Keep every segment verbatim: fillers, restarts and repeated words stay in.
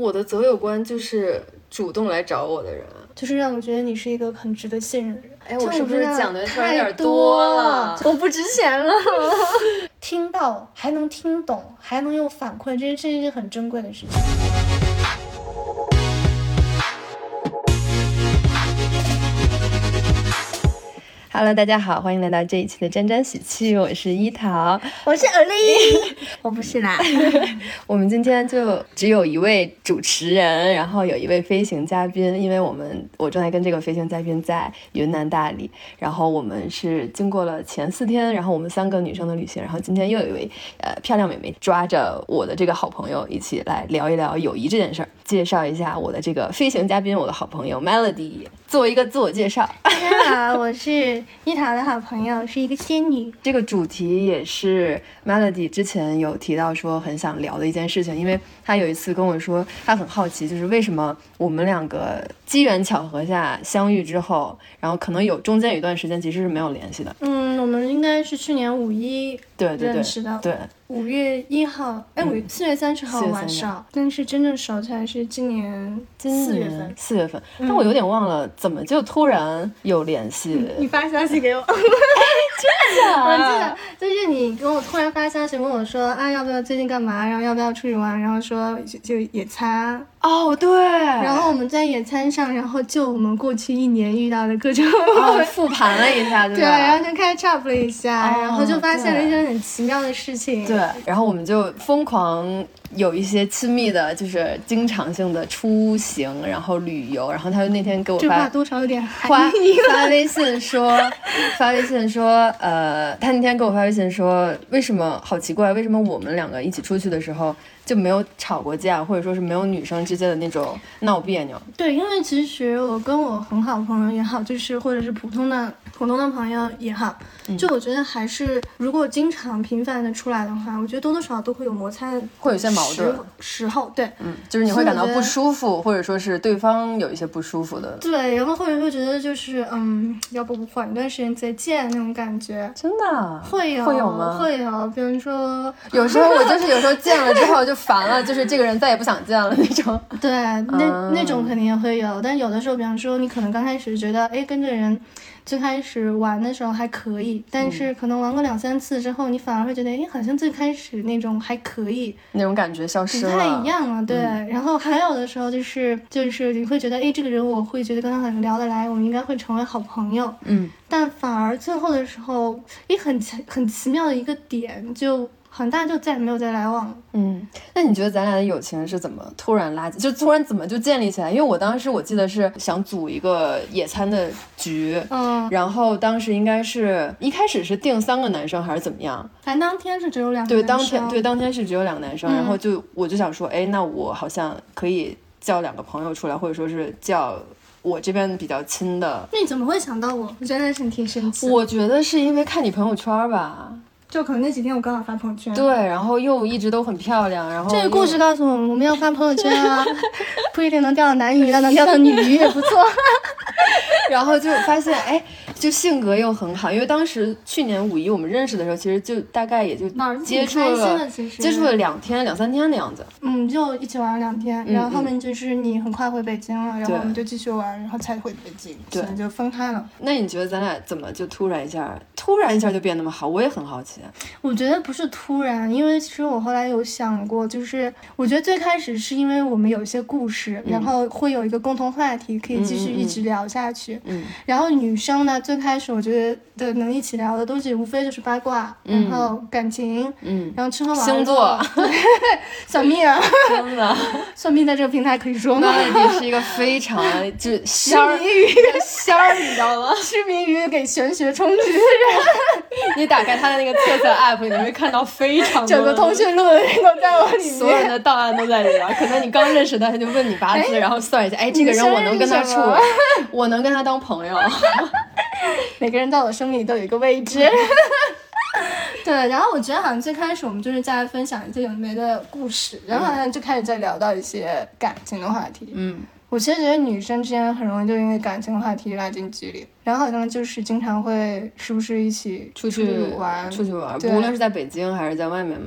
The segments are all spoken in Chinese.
我的择友观就是主动来找我的人， 就是让我觉得你是一个很值得信任的人。 哎，我是不是讲的太有点多了？ 我不值钱了。听到还能听懂，还能有反馈，这是一件很珍贵的事情。 Hello， 大家好，欢迎来到这一期的沾沾喜气，我是一桃， 我是尔丽，我不是啦。 我们今天就只有一位主持人，然后有一位飞行嘉宾，因为我们我正在跟这个飞行嘉宾在云南大理，然后我们是经过了前四天，然后我们三个女生的旅行，然后今天又有一位呃漂亮美眉抓着我的这个好朋友一起来聊一聊友谊这件事儿。介绍一下我的这个飞行嘉宾，我的好朋友 Melody， 做一个自我介绍。 大家好，我是一桃的好朋友，是一个仙女。 这个主题也是 Melody 之前有提到说很想聊的一件事情，因为她有一次跟我说她很好奇，就是为什么我们两个机缘巧合下相遇之后，然后可能有中间有一段时间其实是没有联系的。 嗯，我们应该是去年五一对对对认识的。 对， 五月一号，哎，五四月三十号晚上，但是真正熟起来是今年四月份。 四月份，但我有点忘了怎么就突然有联系。 嗯、你发消息给我，哎， 真的假的？ 我记得就是你跟我突然发消息问我说啊，要不要最近干嘛？然后要不要出去玩？然后说就就野餐。 哦，对。 然后我们在野餐上，然后就我们过去一年遇到的各种， 哦、复盘了一下，对吧？ 对，然后就开始 up 了一下， 哦、 然后就发现了一些很奇妙的事情。 对，然后我们就疯狂有一些亲密的，就是经常性的出行，然后旅游。然后他就那天给我发， 这话多少有点发发微信说，发微信说，呃，他那天给我发微信说，为什么好奇怪，为什么我们两个一起出去的时候就没有吵过架，或者说是没有女生之间的那种闹别扭？ 对，因为其实我跟我很好的朋友也好，就是或者是普通的普通的朋友也好， 嗯、 就我觉得还是如果经常频繁的出来的话，我觉得多多少少都会有摩擦， 会有些矛盾时候。对， 嗯，就是你会感到不舒服，或者说是对方有一些不舒服的。 对，然后或者会觉得就是嗯，要不缓一段时间再见那种感觉。 真的会有会有吗？ 会有，比如说有时候我就是有时候见了之后就烦了，就是这个人再也不想见了那种。 对，那、嗯、那种肯定也会有，但有的时候，比方说你可能刚开始觉得，哎，跟这人最开始玩的时候还可以，但是可能玩过两三次之后，你反而会觉得，哎，好像最开始那种还可以， 那种感觉消失了， 不太一样了。对、嗯，然后还有的时候就是就是你会觉得，哎，这个人我会觉得跟他很聊得来，我们应该会成为好朋友。 嗯， 但反而最后的时候，一很很奇妙的一个点就。很大就再也没有再来往了。 嗯，那你觉得咱俩的友情是怎么突然拉近，就突然怎么就建立起来？因为我当时我记得是想组一个野餐的局， 嗯， 然后当时应该是一开始是定三个男生还是怎么样？ 反正当天是只有两个对， 男生。 当天对当天是只有两个男生， 嗯、 然后就我就想说，哎，那我好像可以叫两个朋友出来，或者说是叫我这边比较亲的。 那你怎么会想到我？我真的是挺神奇。 我觉得是因为看你朋友圈吧。 就可能那几天我刚好发朋友圈， 对，然后又一直都很漂亮，然后这个故事告诉我们，我们要发朋友圈啊，不一定能钓到男鱼，但能钓到女鱼也不错。 然后就发现，哎，就性格又很好，因为当时去年五一我们认识的时候，其实就大概也就接触了，接触了两天两三天的样子。 嗯，就一起玩了两天，然后后面就是你很快回北京了，然后我们就继续玩，然后才回北京，对，就分开了。 那你觉得咱俩怎么就突然一下，突然一下就变那么好？我也很好奇。 我觉得不是突然，因为其实我后来有想过，就是我觉得最开始是因为我们有一些故事，嗯、然后会有一个共同话题可以继续一直聊下去。 嗯， 然后女生呢，最开始我觉得能一起聊的东西无非就是八卦， 嗯、 然后感情， 嗯， 然后吃喝玩乐， 星座， 算命啊， 真的， 算命在这个平台可以说吗？ 那你是一个非常就是痴迷于仙儿，你知道吗？ 痴迷于给玄学充值的人。 你打开他的那个特色 app， 你会看到非常多整个通讯录的人都在我里面， 所有人的档案都在里边。可能你刚认识他，他就问你八字，然后算一下，哎，这个人我能跟他处，我能跟他当朋友。 每个人在我生命里都有一个位置。对，然后我觉得好像最开始我们就是在分享一些有没的故事，然后好像就开始在聊到一些感情的话题。 嗯， 我其实觉得女生之间很容易就因为感情的话题拉近距离，然后好像就是经常会时不时一起出去玩， 出去玩，无论是在北京还是在外面嘛。 哎，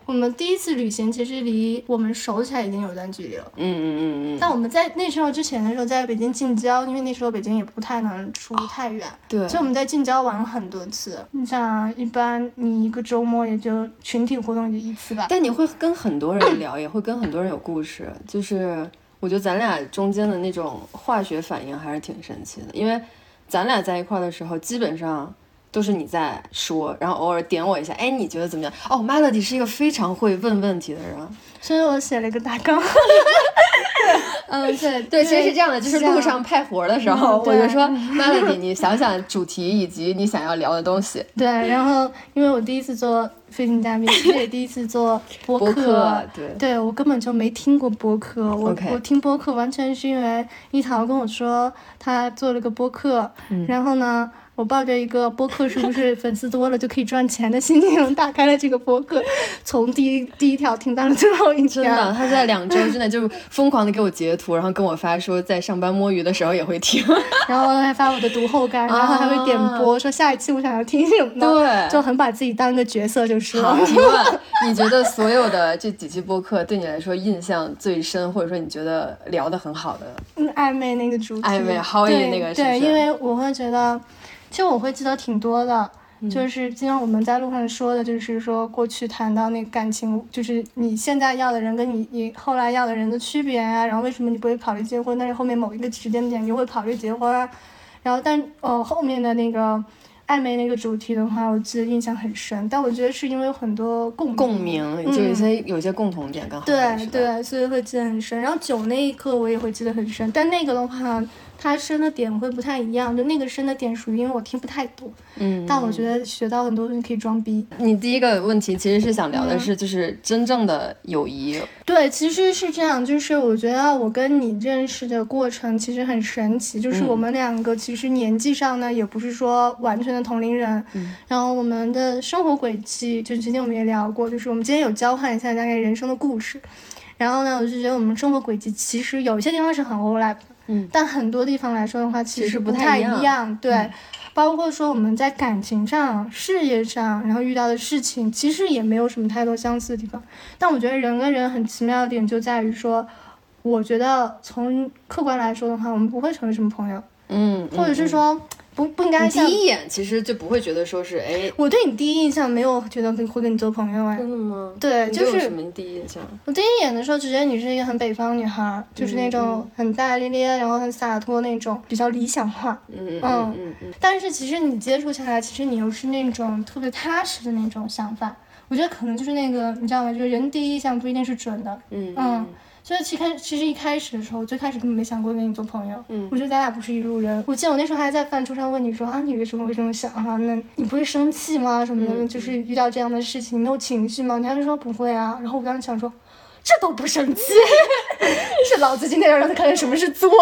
我们第一次旅行其实离我们熟起来已经有段距离了。 嗯嗯嗯嗯。 但我们在那时候之前的时候，在北京近郊，因为那时候北京也不太能出太远， 对， 所以我们在近郊玩了很多次。你想，一般你一个周末也就群体活动也就一次吧。 但你会跟很多人聊，也会跟很多人有故事，就是我觉得咱俩中间的那种化学反应还是挺神奇的，因为咱俩在一块的时候，基本上都是你在说，然后偶尔点我一下，哎，你觉得怎么样？哦 ，Melody 是一个非常会问问题的人， 所以我写了一个大纲。嗯，对对，其实是这样的，就是路上派活的时候，我就说 Melody， 你想想主题以及你想要聊的东西。 对，然后因为我第一次做飞行嘉宾，其实也第一次做播客， 播客对， 对我根本就没听过播客，我、 okay. 我听播客完全是因为一桃跟我说他做了个播客，嗯、然后呢。我抱着一个播客是不是粉丝多了就可以赚钱的心情打开了这个播客，从第一第一条听到了最后一条。 真的，他在两周之内就疯狂的给我截图，然后跟我发说在上班摸鱼的时候也会听， 然后还发我的读后感，然后还会点播、啊、说下一期我想要听什么的， 对， 就很把自己当一个角色就是了。 好，提问，你觉得所有的这几期播客对你来说印象最深，或者说你觉得聊得很好的？ 嗯，暧昧那个主题， 暧昧好野那个是不是？ 对，因为我会觉得。其实我会记得挺多的、嗯、就是经常我们在路上说的就是说过去谈到那个感情，就是你现在要的人跟你你后来要的人的区别啊，然后为什么你不会考虑结婚，但是后面某一个时间点你会考虑结婚啊，然后但呃后面的那个暧昧那个主题的话我记得印象很深，但我觉得是因为有很多共鸣共鸣就有一些、嗯、有一些共同点刚好对对，所以会记得很深。然后酒那一刻我也会记得很深，但那个的话它深的点会不太一样，就那个深的点属于因为我听不太懂，嗯，但我觉得学到很多东西可以装逼。 你第一个问题其实是想聊的是就是真正的友谊、嗯、 对，其实是这样，就是我觉得我跟你认识的过程其实很神奇，就是我们两个其实年纪上呢也不是说完全的同龄人、嗯、然后我们的生活轨迹就之前我们也聊过，就是我们今天有交换一下大概人生的故事，然后呢我就觉得我们生活轨迹其实有些地方是很 overlap 的，嗯，但很多地方来说的话其实不太一样， 一样对、嗯，包括说我们在感情上事业上然后遇到的事情其实也没有什么太多相似的地方，但我觉得人跟人很奇妙的点就在于说我觉得从客观来说的话我们不会成为什么朋友，嗯，或者是说、嗯不不应该像第一眼其实就不会觉得说是哎， 我对你第一印象没有觉得会跟你做朋友哎， 真的吗？ 对，就是什么第一印象？ 我第一眼的时候只觉得你是一个很北方女孩，就是那种很大大咧咧，然后很洒脱那种，比较理想化。嗯嗯嗯嗯。但是其实你接触下来，其实你又是那种特别踏实的那种想法。我觉得可能就是那个你知道吗？就是人第一印象不一定是准的。嗯嗯。所以其开其实一开始的时候，最开始根本没想过跟你做朋友。嗯，我觉得咱俩不是一路人。我记得我那时候还在饭桌上问你说啊，你为什么会这么想啊？那你不会生气吗？什么的、嗯，就是遇到这样的事情，你没有情绪吗？你还是说不会啊？然后我当时想说，这都不生气，是老子今天要让他看看什么是作。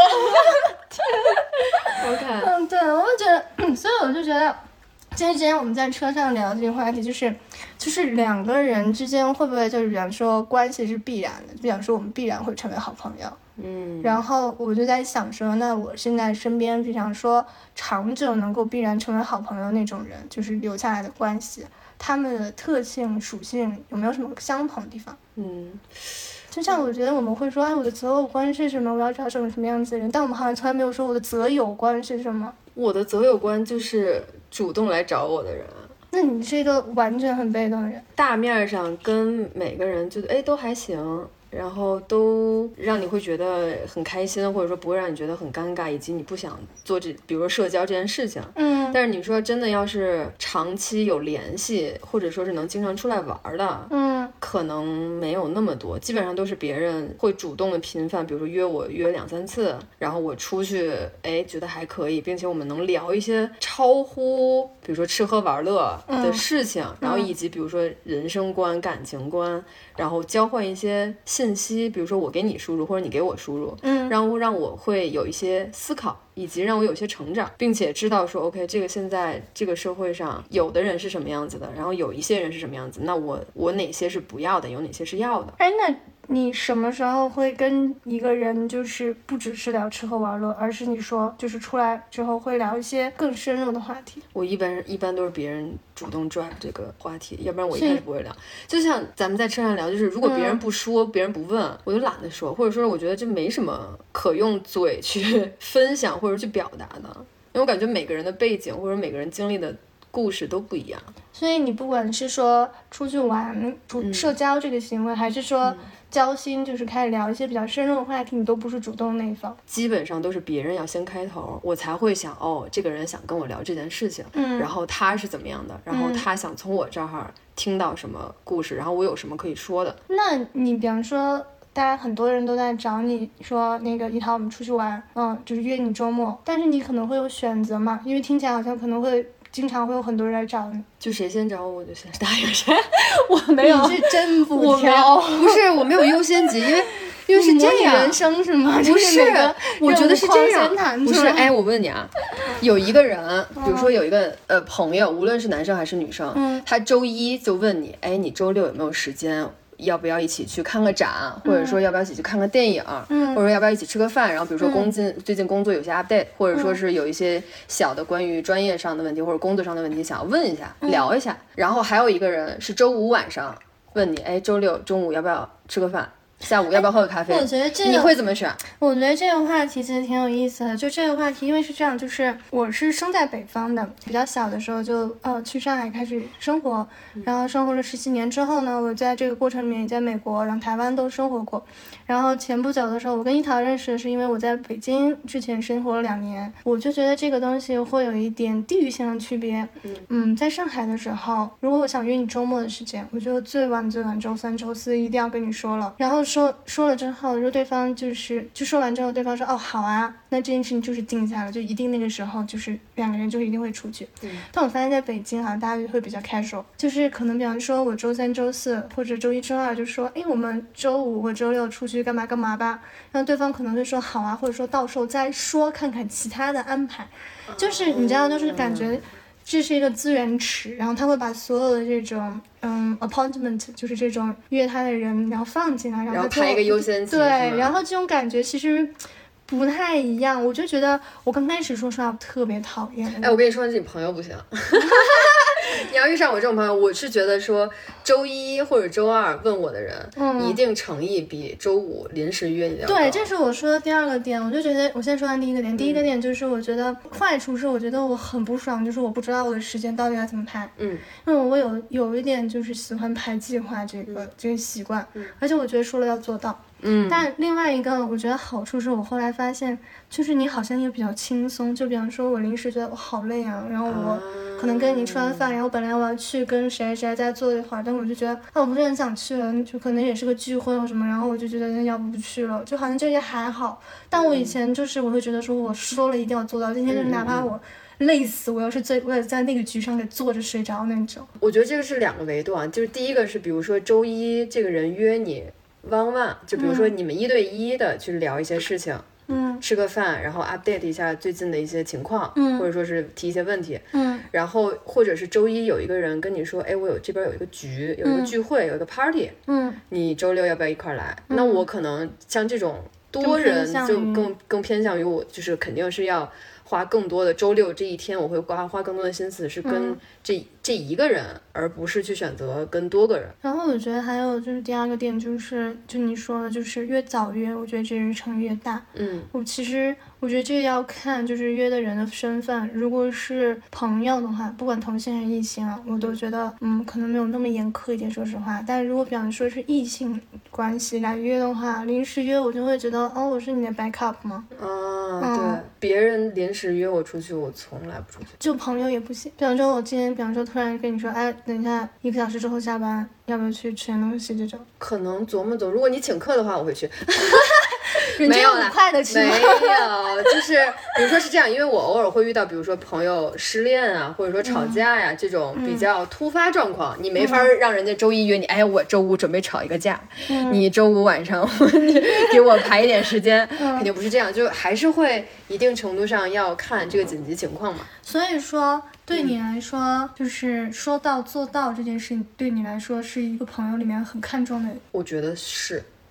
OK， 嗯，对，我就觉得、嗯，所以我就觉得。今天之前我们在车上聊这个话题，就是就是两个人之间会不会就是比方说关系是必然的，比方说我们必然会成为好朋友，嗯，然后我就在想说，那我现在身边比方说长久能够必然成为好朋友那种人，就是留下来的关系，他们的特性属性有没有什么相同的地方？嗯，就像我觉得我们会说，哎，我的择偶观是什么？我要找什么什么样子的人，但我们好像从来没有说我的择友观是什么。 我的择友观就是主动来找我的人。 那你是一个完全很被动的人。 大面上跟每个人就哎都还行，然后都让你会觉得很开心，或者说不会让你觉得很尴尬，以及你不想做这比如说社交这件事情。嗯，但是你说真的要是长期有联系，或者说是能经常出来玩的，嗯，可能没有那么多，基本上都是别人会主动的频繁，比如说约我约两三次，然后我出去哎觉得还可以，并且我们能聊一些超乎比如说吃喝玩乐的事情、嗯、然后以及比如说人生观感情观，然后交换一些信息，比如说我给你输入或者你给我输入，嗯，然后让我会有一些思考，以及让我有一些成长，并且知道说 OK 这个现在这个社会上有的人是什么样子的，然后有一些人是什么样子，那我我哪些是不要的，有哪些是要的。 哎，那你什么时候会跟一个人就是不只是聊吃喝玩乐，而是你说就是出来之后会聊一些更深入的话题？ 我一般一般都是别人主动 drive 这个话题，要不然我一开始不会聊。就像咱们在车上聊，就是如果别人不说、嗯、别人不问，我就懒得说，或者说我觉得这没什么可用嘴去分享或者去表达的，因为我感觉每个人的背景或者每个人经历的故事都不一样。 所以你不管是说出去玩主社交这个行为、嗯、还是说交心，就是开始聊一些比较深入的话题，你都不是主动那一方， 基本上都是别人要先开头，我才会想哦，这个人想跟我聊这件事情，嗯，然后他是怎么样的，然后他想从我这儿听到什么故事、嗯、然后我有什么可以说的。 那你比方说大家很多人都在找你说那个一涛我们出去玩，嗯，就是约你周末，但是你可能会有选择嘛，因为听起来好像可能会经常会有很多人来找你， 就谁先找我我就先答应谁。我没有， 你是真不挑， 不是我没有优先级，因为因为是这样， 人生是吗？ 不是，我觉得是这样，不是。哎，我问你啊，有一个人，比如说有一个呃朋友，无论是男生还是女生，嗯，他周一就问你，哎，你周六有没有时间？要不要一起去看个展，或者说要不要一起去看个电影，嗯，或者说要不要一起吃个饭，然后比如说工近、嗯、最近工作有些 update， 或者说是有一些小的关于专业上的问题或者工作上的问题想要问一下、嗯、聊一下。然后还有一个人是周五晚上问你，哎，周六中午要不要吃个饭，下午要不要喝个咖啡？ 我觉得这个你会怎么选？ 我觉得这个话题其实挺有意思的。就这个话题，因为是这样，就是我是生在北方的，比较小的时候就呃去上海开始生活，然后生活了十七年之后呢，我在这个过程里面也在美国，然后台湾都生活过。然后前不久的时候，我跟一桃认识的是因为我在北京之前生活了两年，我就觉得这个东西会有一点地域性的区别。嗯，在上海的时候，如果我想约你周末的时间，我就最晚最晚周三周四一定要跟你说了，然后说说了之后，如果对方就是就说完之后，对方说哦好啊，那这件事情就是定下了，就一定那个时候就是两个人就一定会出去。嗯，但我发现在北京好像大家会比较 casual， 就是可能比方说我周三周四或者周一周二就说，哎，我们周五或周六出去干嘛干嘛吧，然后对方可能会说好啊，或者说到时候再说看看其他的安排，就是你知道，就是感觉这是一个资源池，然后他会把所有的这种嗯 appointment 就是这种约他的人然后放进来，然后排一个优先级， 对，然后这种感觉其实不太一样。我就觉得我刚开始说实话我特别讨厌。 哎，我跟你说你朋友不行你要遇上我这种朋友，我是觉得说周一或者周二问我的人、嗯、一定诚意比周五临时约你的。 对，这是我说的第二个点。我就觉得我先说完第一个点、嗯、第一个点就是我觉得坏处是我觉得我很不爽，就是我不知道我的时间到底该怎么排。嗯，因为我有有一点就是喜欢排计划这个、嗯、这个习惯、嗯、而且我觉得说了要做到。嗯，但另外一个我觉得好处是我后来发现，就是你好像也比较轻松。就比方说我临时觉得我好累啊，然后我可能跟你吃完饭、啊、然后本来我要去跟谁谁再坐一会儿，但我就觉得啊我不是很想去了，就可能也是个聚会或什么，然后我就觉得要不不去了，就好像这也还好。但我以前就是我会觉得说我说了一定要做到，今天就是哪怕我累死，我要是在我也在那个局上给坐着睡着那种。 我觉得这个是两个维度啊，就是第一个是比如说周一这个人约你汪汪，就比如说你们一对一的去聊一些事情，嗯，吃个饭，然后 update 一下最近的一些情况，嗯，或者说是提一些问题，嗯，然后或者是周一有一个人跟你说，哎，我有这边有一个局，有一个聚会，嗯、有一个 party， 嗯，你周六要不要一块来？嗯、那我可能像这种多人就更更偏向于我，就是肯定是要花更多的周六这一天，我会花花更多的心思是跟这、嗯、这一个人，而不是去选择跟多个人。 然后我觉得还有就是第二个点，就是就你说的，就是越早约，我觉得这人成越大。嗯，我其实我觉得这个要看就是约的人的身份，如果是朋友的话，不管同性还是异性啊，我都觉得嗯可能没有那么严苛一点，说实话。但如果比方说是异性关系来约的话，临时约我就会觉得哦，我是你的 backup 吗？ 啊，嗯、对，别人临时约我出去，我从来不出去。 就朋友也不行。比方说我今天，比方说突然跟你说，哎，等一下一个小时之后下班，要不要去吃点东西？这种可能琢磨琢磨，如果你请客的话，我会去。 没有了，快的吃没有，就是比如说是这样，因为我偶尔会遇到，比如说朋友失恋啊，或者说吵架呀、啊嗯、这种比较突发状况，嗯、你没法让人家周一约你，哎，我周五准备吵一个架，嗯、你周五晚上你给我排一点时间，嗯、肯定不是这样，就还是会一定程度上要看这个紧急情况嘛。 所以说对你来说、嗯、就是说到做到这件事情对你来说是一个朋友里面很看重的。 我觉得是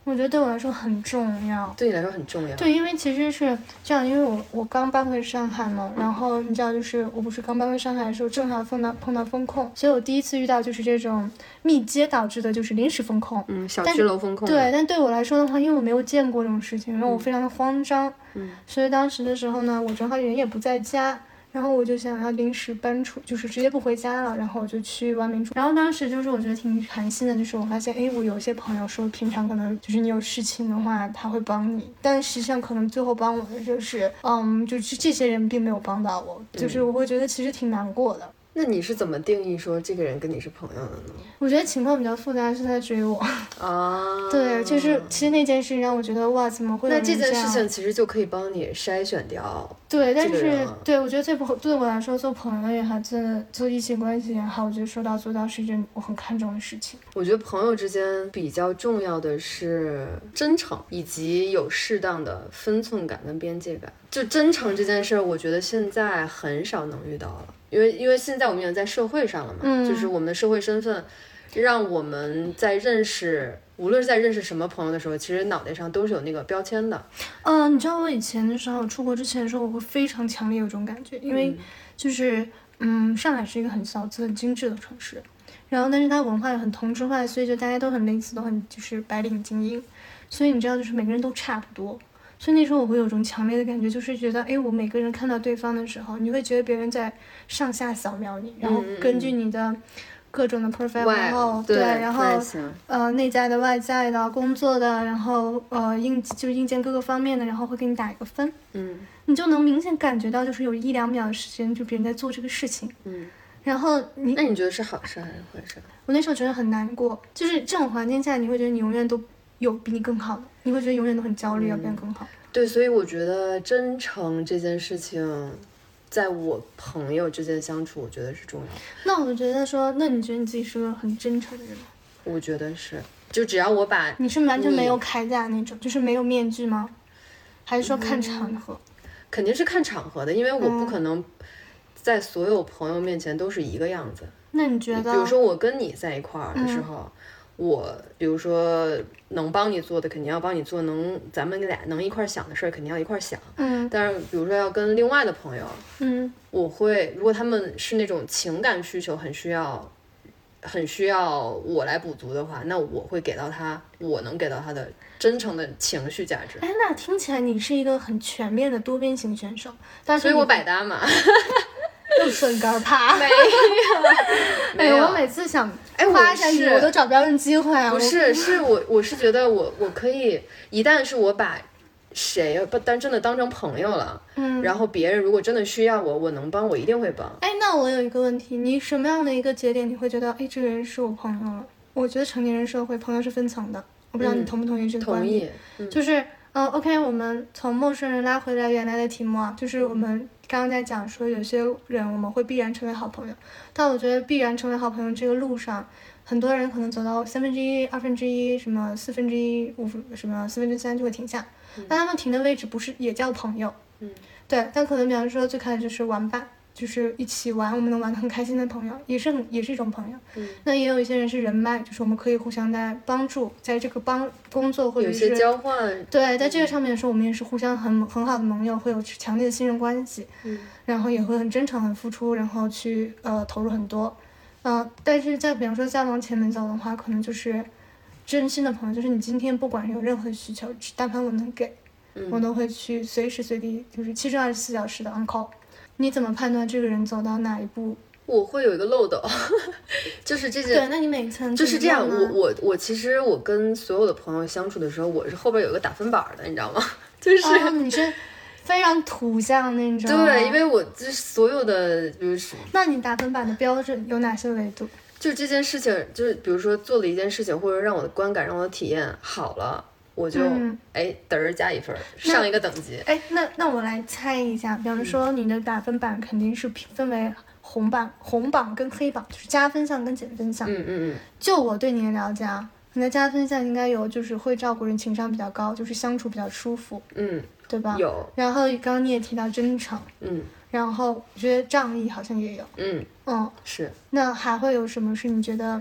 我觉得对我来说很重要。 对你来说很重要。 对，因为其实是这样，因为我我刚搬回上海嘛，然后你知道，就是我不是刚搬回上海的时候，正好碰到碰到风控，所以我第一次遇到就是这种密接导致的，就是临时风控。 嗯，小区楼风控。 对，但对我来说的话，因为我没有见过这种事情，然后我非常的慌张。 嗯。 所以当时的时候呢，我正好人也不在家。然后我就想要临时搬出，就是直接不回家了，然后我就去外面住。然后当时就是我觉得挺寒心的，就是我发现，哎，我有些朋友说平常可能就是你有事情的话他会帮你，但实际上可能最后帮我的就是，嗯，就是这些人并没有帮到我，就是我会觉得其实挺难过的。 那你是怎么定义说这个人跟你是朋友的呢？ 我觉得情况比较复杂，是他追我啊。 对，就是其实那件事让我觉得哇，怎么会有人这样？ 那这件事情其实就可以帮你筛选掉。 对，但是对我觉得最不对我来说，做朋友也好，做做异性关系也好，我觉得说到做到是一件我很看重的事情。 我觉得朋友之间比较重要的是真诚，以及有适当的分寸感跟边界感。就真诚这件事，我觉得现在很少能遇到了。因为因为现在我们已经在社会上了嘛， 嗯， 就是我们的社会身份让我们在认识无论是在认识什么朋友的时候，其实脑袋上都是有那个标签的。 呃，你知道我以前的时候，出国之前的时候，我会非常强烈有这种感觉，因为就是嗯，上海是一个很小资很精致的城市，然后但是它文化也很同质化，所以就大家都很类似，都很就是白领精英，所以你知道就是每个人都差不多。所以那时候我会有种强烈的感觉，就是觉得，哎，我每个人看到对方的时候，你会觉得别人在上下扫描你，然后根据你的各种的 profile，、嗯、然后对， 然后呃内在的、外在的、工作的，然后呃硬就是硬件各个方面的，然后会给你打一个分， 嗯， 你就能明显感觉到，就是有一两秒的时间，就别人在做这个事情， 嗯， 然后你， 那你觉得是好事还是坏事？ 我那时候觉得很难过，就是这种环境下，你会觉得你永远都有比你更好的，你会觉得永远都很焦虑要变更好、嗯。 对，所以我觉得真诚这件事情，在我朋友之间相处，我觉得是重要的。 那我觉得说，那你觉得你自己是个很真诚的人吗？ 我觉得是，就只要我把你， 你是完全没有铠甲那种，就是没有面具吗？还是说看场合？ 嗯、肯定是看场合的，因为我不可能在所有朋友面前都是一个样子。 嗯、那你觉得？ 比如说我跟你在一块儿的时候。 嗯我比如说能帮你做的肯定要帮你做，能咱们俩能一块想的事儿肯定要一块想。 嗯， 但是比如说要跟另外的朋友， 嗯， 我会如果他们是那种情感需求很需要很需要我来补足的话，那我会给到他我能给到他的真诚的情绪价值。 哎，那听起来你是一个很全面的多边形选手，但是所以我百搭嘛。 又顺杆爬， 没有，没有。 哎、我每次想夸一下你，我都找不着机会啊。 不是，是我，我是觉得我我可以，一旦是我把谁不当真的当成朋友了， 嗯， 然后别人如果真的需要我，我能帮，我一定会帮。 哎，那我有一个问题，你什么样的一个节点你会觉得，哎，这个人是我朋友了？我觉得成年人社会朋友是分层的，我不知道你同不同意这个观点。 同意。嗯、 就是，嗯、呃、，OK， 我们从陌生人拉回来原来的题目啊，就是我们。刚刚在讲说有些人我们会必然成为好朋友，但我觉得必然成为好朋友这个路上，很多人可能走到三分之一、二分之一、什么四分之一、五什么四分之三就会停下，但他们停的位置不是也叫朋友， 嗯， 对，但可能比方说最开始就是玩伴，就是一起玩，我们能玩得很开心的朋友，也是很也是一种朋友。 嗯， 那也有一些人是人脉，就是我们可以互相在帮助，在这个帮工作或者是有些交换。 对，在这个上面的时候，我们也是互相很很好的盟友，会有强烈的信任关系。 嗯， 然后也会很真诚、很付出，然后去呃投入很多。嗯、呃，但是再比方说再往前面走的话，可能就是真心的朋友，就是你今天不管有任何需求，但凡我能给， 嗯、 我都会去随时随地，就是七乘二十四小时的 on call。你怎么判断这个人走到哪一步？ 我会有一个漏斗，就是这些。 对，那你每层就是这样。我我我其实我跟所有的朋友相处的时候，我是后边有个打分板的，你知道吗？就是、 哦、你是非常土象那种。 对，因为我就是所有的，比如说， 那你打分板的标准有哪些维度？ 就这件事情，就是比如说做了一件事情，或者让我的观感、让我的体验好了。我就哎嘚儿加一分，上一个等级。 哎，那那我来猜一下，比方说你的打分板肯定是分为红榜、红榜跟黑榜，就是加分项跟减分项。 嗯嗯嗯。 就我对你的了解啊，你的加分项应该有就是会照顾人、情商比较高，就是相处比较舒服。 嗯， 对吧？ 有。 然后刚刚你也提到真诚。 嗯。 然后我觉得仗义好像也有。 嗯嗯， 是。 那还会有什么是你觉得？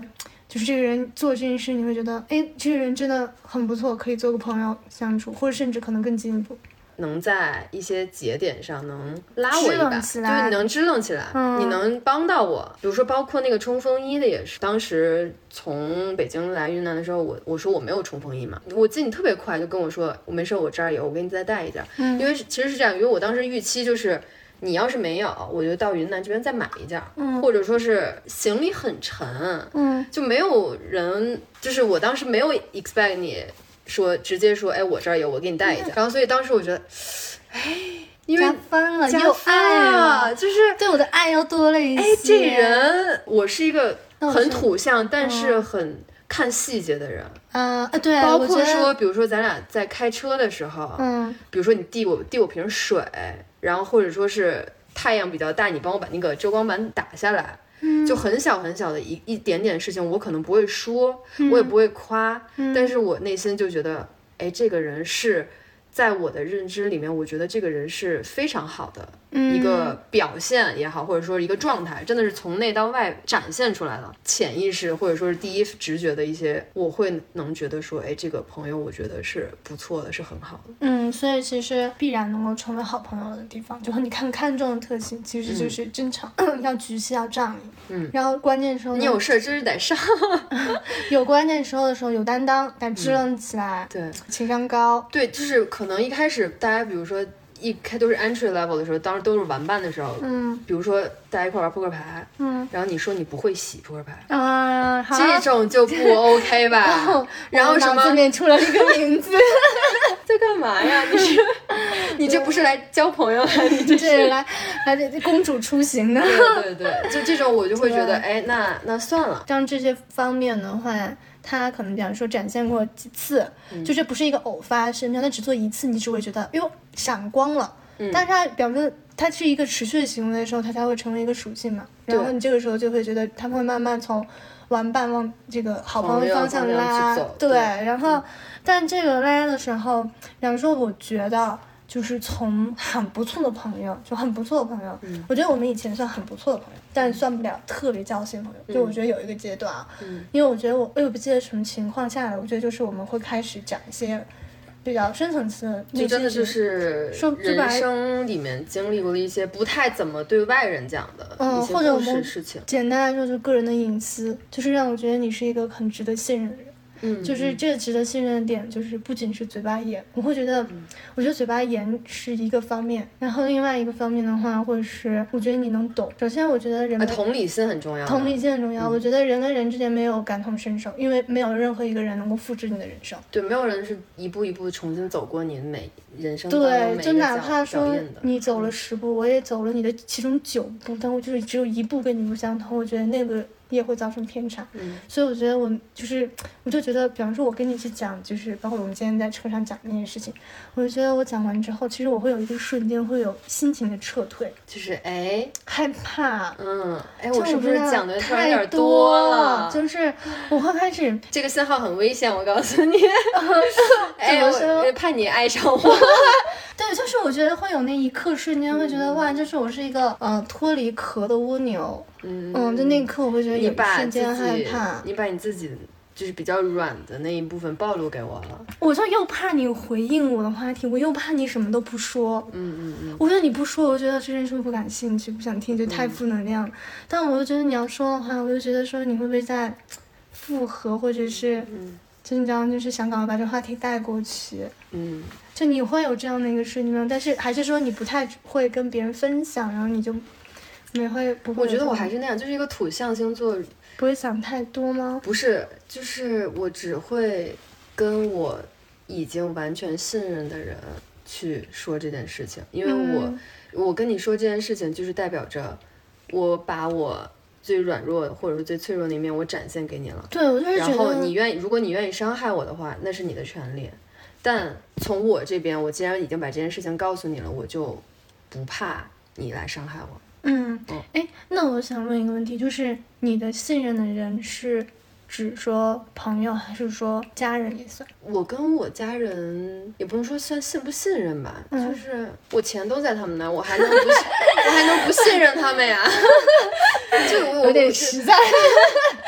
就是这个人做这件事，你会觉得，哎，这个人真的很不错，可以做个朋友相处，或者甚至可能更进一步。 能在一些节点上能拉我一把， 就是你能支棱起来、嗯、你能帮到我。比如说包括那个冲锋衣的也是，当时从北京来云南的时候，我我说我没有冲锋衣嘛，我记得你特别快就跟我说，我没事，我这儿有，我给你再带一件、嗯、因为其实是这样，因为我当时预期就是你要是没有，我就到云南这边再买一件、嗯、或者说是行李很沉，嗯，就没有人，就是我当时没有 expect 你说直接说，哎，我这儿有，我给你带一件、嗯、然后所以当时我觉得，哎，因为加分了， 加分了，就是对我的爱又多了一些。 哎，这人我是一个很土象，但是很看细节的人。 啊、呃，对， 包括说，比如说咱俩在开车的时候，嗯，比如说你递我递我瓶水，然后或者说是太阳比较大，你帮我把那个遮光板打下来。就很小很小的一一点点事情，我可能不会说、嗯、我也不会夸、嗯、但是我内心就觉得，哎，这个人是在我的认知里面，我觉得这个人是非常好的一个表现也好、嗯、或者说一个状态，真的是从内到外展现出来了潜意识或者说是第一直觉的一些，我会能觉得说，哎，这个朋友我觉得是不错的，是很好的。 嗯，所以其实必然能够成为好朋友的地方，就和你看看重的特性其实就是真诚、嗯、要局气，要仗义，嗯，然后关键时候你有事真是得上有关键时候的时候有担当，得支棱起来、嗯、对，情商高。 对，就是可能一开始大家比如说一开都是 entry level 的时候，当时都是玩伴的时候，嗯，比如说大家一块玩扑克牌，嗯，然后你说你不会洗扑克牌啊， 这种就不 OK 吧？ 哦、 然后什么？ 脑子里面出了一个名字， 在干嘛呀？你是你这不是来交朋友的，你这是来来这公主出行的。 对对对，就这种我就会觉得，哎，那那算了。 像这些方面的话。他可能比方说展现过几次、嗯、就这不是一个偶发生，他只做一次你只会觉得哟闪光了、嗯、但是他表示他是一个持续的行为的时候，他才会成为一个属性嘛，然后你这个时候就会觉得他会慢慢从玩伴往这个好朋友方向拉，对， 对， 然后、嗯、但这个拉的时候比方说我觉得就是从很不错的朋友，就很不错的朋友、嗯、我觉得我们以前算很不错的朋友，但算不了特别交心朋友、嗯、就我觉得有一个阶段啊、嗯、因为我觉得我我也不记得什么情况下来，我觉得就是我们会开始讲一些比较深层次的， 就真的就是人生里面经历过的一些不太怎么对外人讲的一些故事事情、 嗯、简单来说就是个人的隐私，就是让我觉得你是一个很值得信任的人。嗯，就是这个值得信任的点，就是不仅是嘴巴严，我会觉得、嗯，我觉得嘴巴严是一个方面，然后另外一个方面的话，或者是我觉得你能懂。首先，我觉得人、 啊、同理心很重要， 同理心很重要、嗯。我觉得人跟人之间没有感同身受，因为没有任何一个人能够复制你的人生。 对，没有人是一步一步重新走过你的每人生。 对，就哪怕说你走了十步、嗯，我也走了你的其中九步，但我就是只有一步跟你不相同，我觉得那个。也会造成偏差、嗯、所以我觉得我就是我就觉得比方说我跟你去讲，就是包括我们今天在车上讲那件事情，我就觉得我讲完之后其实我会有一个瞬间会有心情的撤退， 就是哎害怕， 嗯，哎我是不是讲的有点多了， 就是我会开始这个信号很危险，我告诉你哎我怕你爱上我对，就是我觉得会有那一刻瞬间会觉得、嗯、哇就是我是一个呃脱离壳的蜗牛，嗯嗯，就那一刻我会觉得有瞬间害怕， 你把你自己就是比较软的那一部分暴露给我了， 我就又怕你回应我的话题，我又怕你什么都不说， 嗯嗯嗯， 我觉得你不说我觉得这件事不感兴趣不想听，就太负能量、嗯、但我就觉得你要说的话，我就觉得说你会不会在复合或者是嗯就你知道就是想赶快把这话题带过去， 嗯， 就你会有这样的一个瞬间，但是还是说你不太会跟别人分享，然后你就没会不会？ 我觉得我还是那样，就是一个土象星座， 不会想太多吗？ 不是，就是我只会跟我已经完全信任的人去说这件事情，因为我、嗯、我跟你说这件事情，就是代表着我把我最软弱或者是最脆弱的一面我展现给你了， 对，我就是觉得然后你愿意，如果你愿意伤害我的话，那是你的权利，但从我这边，我既然已经把这件事情告诉你了，我就不怕你来伤害我。 嗯，哎，那我想问一个问题，就是你的信任的人是只说朋友还是说家人也算？ 我跟我家人也不能说算信不信任吧、嗯、就是我钱都在他们那，我还能不我还能不信任他们呀就我有点实在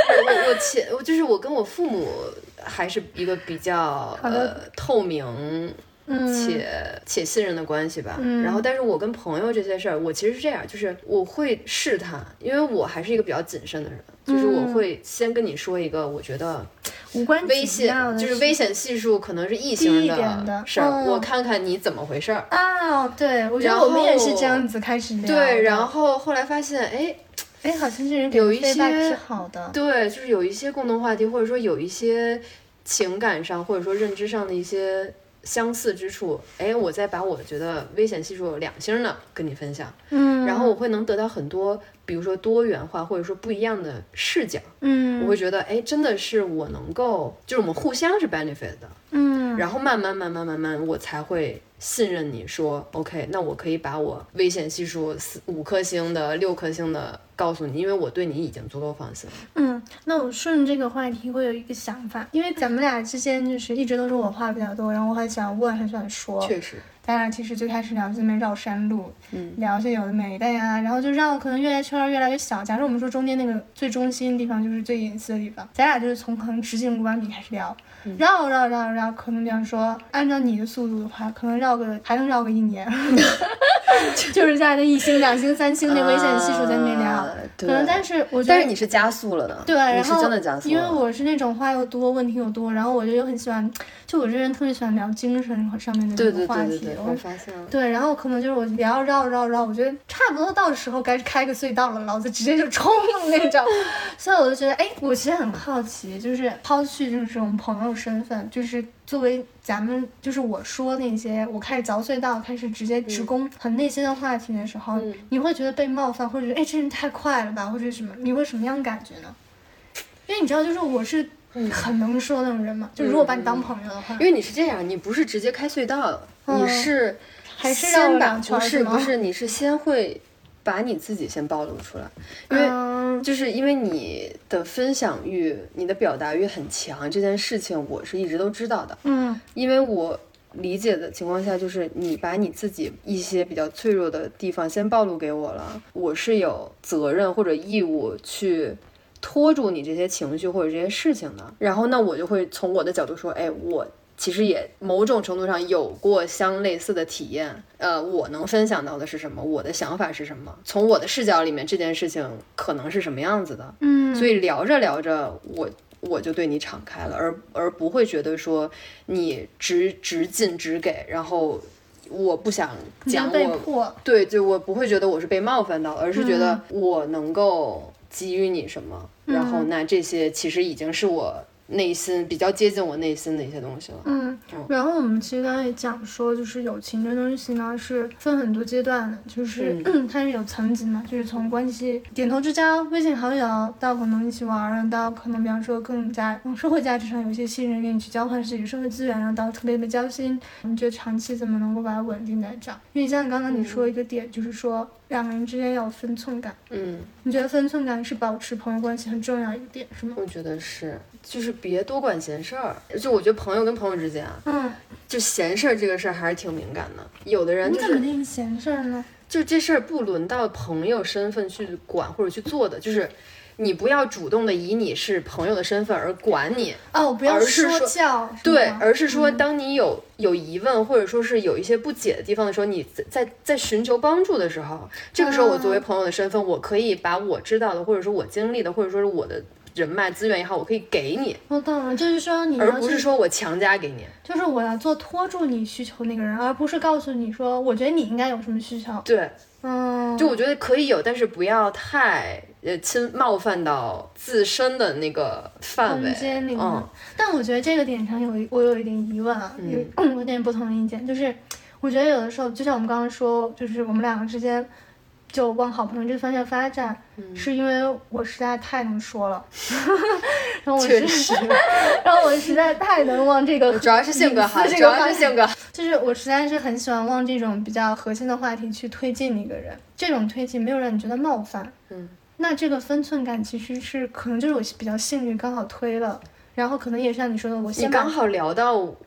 我我且我就是我跟我父母还是一个比较呃透明且、嗯、且信任的关系吧、嗯、然后但是我跟朋友这些事儿我其实是这样，就是我会试探，因为我还是一个比较谨慎的人，就是我会先跟你说一个我觉得无关危险，就是危险系数可能是一星的事儿、哦、我看看你怎么回事儿啊。对，我觉得我们也是这样子开始聊。 对，然后后来发现哎哎，好像这人有一些挺好的， 对，就是有一些共同话题，或者说有一些情感上或者说认知上的一些相似之处，哎，我再把我觉得危险系数有两星的跟你分享，嗯，然后我会能得到很多，比如说多元化或者说不一样的视角，嗯，我会觉得，哎，真的是我能够，就是我们互相是 benefit 的，嗯，然后慢慢慢慢慢慢，我才会信任你说 OK， 那我可以把我危险系数四五颗星的六颗星的告诉你，因为我对你已经足够放心了。 嗯，那我顺这个话题会有一个想法，因为咱们俩之间就是一直都是我话比较多，然后我很喜欢问很喜欢说， 确实咱俩其实最开始聊这边绕山路，嗯，聊些有的没的呀，然后就绕可能越来圈越来越小，假如我们说中间那个最中心的地方就是最隐私的地方，咱俩就是从可能直径五万米开始聊，嗯、绕绕绕绕，可能比方说按照你的速度的话，可能绕个还能绕个一年就是在那一星两星三星那危险系数在那边聊、呃、可能但是我觉得但是你是加速了的， 对，然后你是真的加速了， 因为我是那种话又多问题又多，然后我就又很喜欢，就我这人特别喜欢聊精神上面的这个话题， 对对对对对，我发现了， 对，然后可能就是我聊绕绕绕，我觉得差不多到时候该开个隧道了，老子直接就冲了那种所以我就觉得哎，我其实很好奇，就是抛去就是这种朋友身份，就是作为咱们就是我说那些我开始凿隧道开始直接直攻很内心的话题的时候、嗯、你会觉得被冒犯，或者觉得哎这人太快了吧，或者什么，你会什么样的感觉呢？因为你知道就是我是很能说那种人嘛、嗯、就如果把你当朋友的话、 嗯、因为你是这样，你不是直接开隧道、嗯、你是还是绕两圈， 不是不是，你是先会把你自己先暴露出来，因为、嗯、就是因为你的分享欲你的表达欲很强，这件事情我是一直都知道的，嗯，因为我理解的情况下就是你把你自己一些比较脆弱的地方先暴露给我了，我是有责任或者义务去拖住你这些情绪或者这些事情的，然后那我就会从我的角度说，哎，我其实也某种程度上有过相类似的体验，呃，我能分享到的是什么，我的想法是什么，从我的视角里面这件事情可能是什么样子的，嗯，所以聊着聊着我我就对你敞开了，而而不会觉得说你直直进直给，然后我不想讲我，对对，我不会觉得我是被冒犯到，而是觉得我能够给予你什么、嗯、然后那这些其实已经是我内心比较接近我内心的一些东西了。嗯， 然后我们其实刚才也讲说，就是友情这东西呢是分很多阶段的，就是、嗯、它是有层级嘛，就是从关系点头之交、微信好友到可能一起玩，到可能比方说更加从社会价值上有一些信任愿意去交换自己社会资源，然后到特别的交心，你觉得长期怎么能够把它稳定在这儿？因为像刚刚你说一个点、嗯、就是说两个人之间要有分寸感，嗯，你觉得分寸感是保持朋友关系很重要一个点是吗？ 我觉得是，就是别多管闲事儿，就我觉得朋友跟朋友之间啊，嗯，就闲事儿这个事儿还是挺敏感的，有的人就是你怎么定义闲事儿呢？ 就这事儿不轮到朋友身份去管或者去做的，就是你不要主动的以你是朋友的身份而管你哦，不要说教， 对，而是说当你有、嗯、有疑问或者说是有一些不解的地方的时候，你在在寻求帮助的时候，这个时候我作为朋友的身份、嗯、我可以把我知道的或者说我经历的或者说是我的人脉资源也好，我可以给你。 我懂了，就是说你， 而不是说我强加给你， 就是我要做拖住你需求那个人，而不是告诉你说，我觉得你应该有什么需求。 对，嗯，就我觉得可以有，但是不要太呃侵冒犯到自身的那个范围。 空间里面。嗯，但我觉得这个点上有我有一点疑问啊，有、嗯、有点不同的意见，就是我觉得有的时候，就像我们刚刚说，就是我们两个之间。就往好朋友这个方向发展、嗯、是因为我实在太能说了然后我确实然后我实在太能往这个主要是性格好，主要是性格就是我实在是很喜欢往这种比较核心的话题去推进一个人，这种推进没有让你觉得冒犯，嗯，那这个分寸感其实是可能就是我比较幸运刚好推了，然后可能也像你说的我先你刚好聊到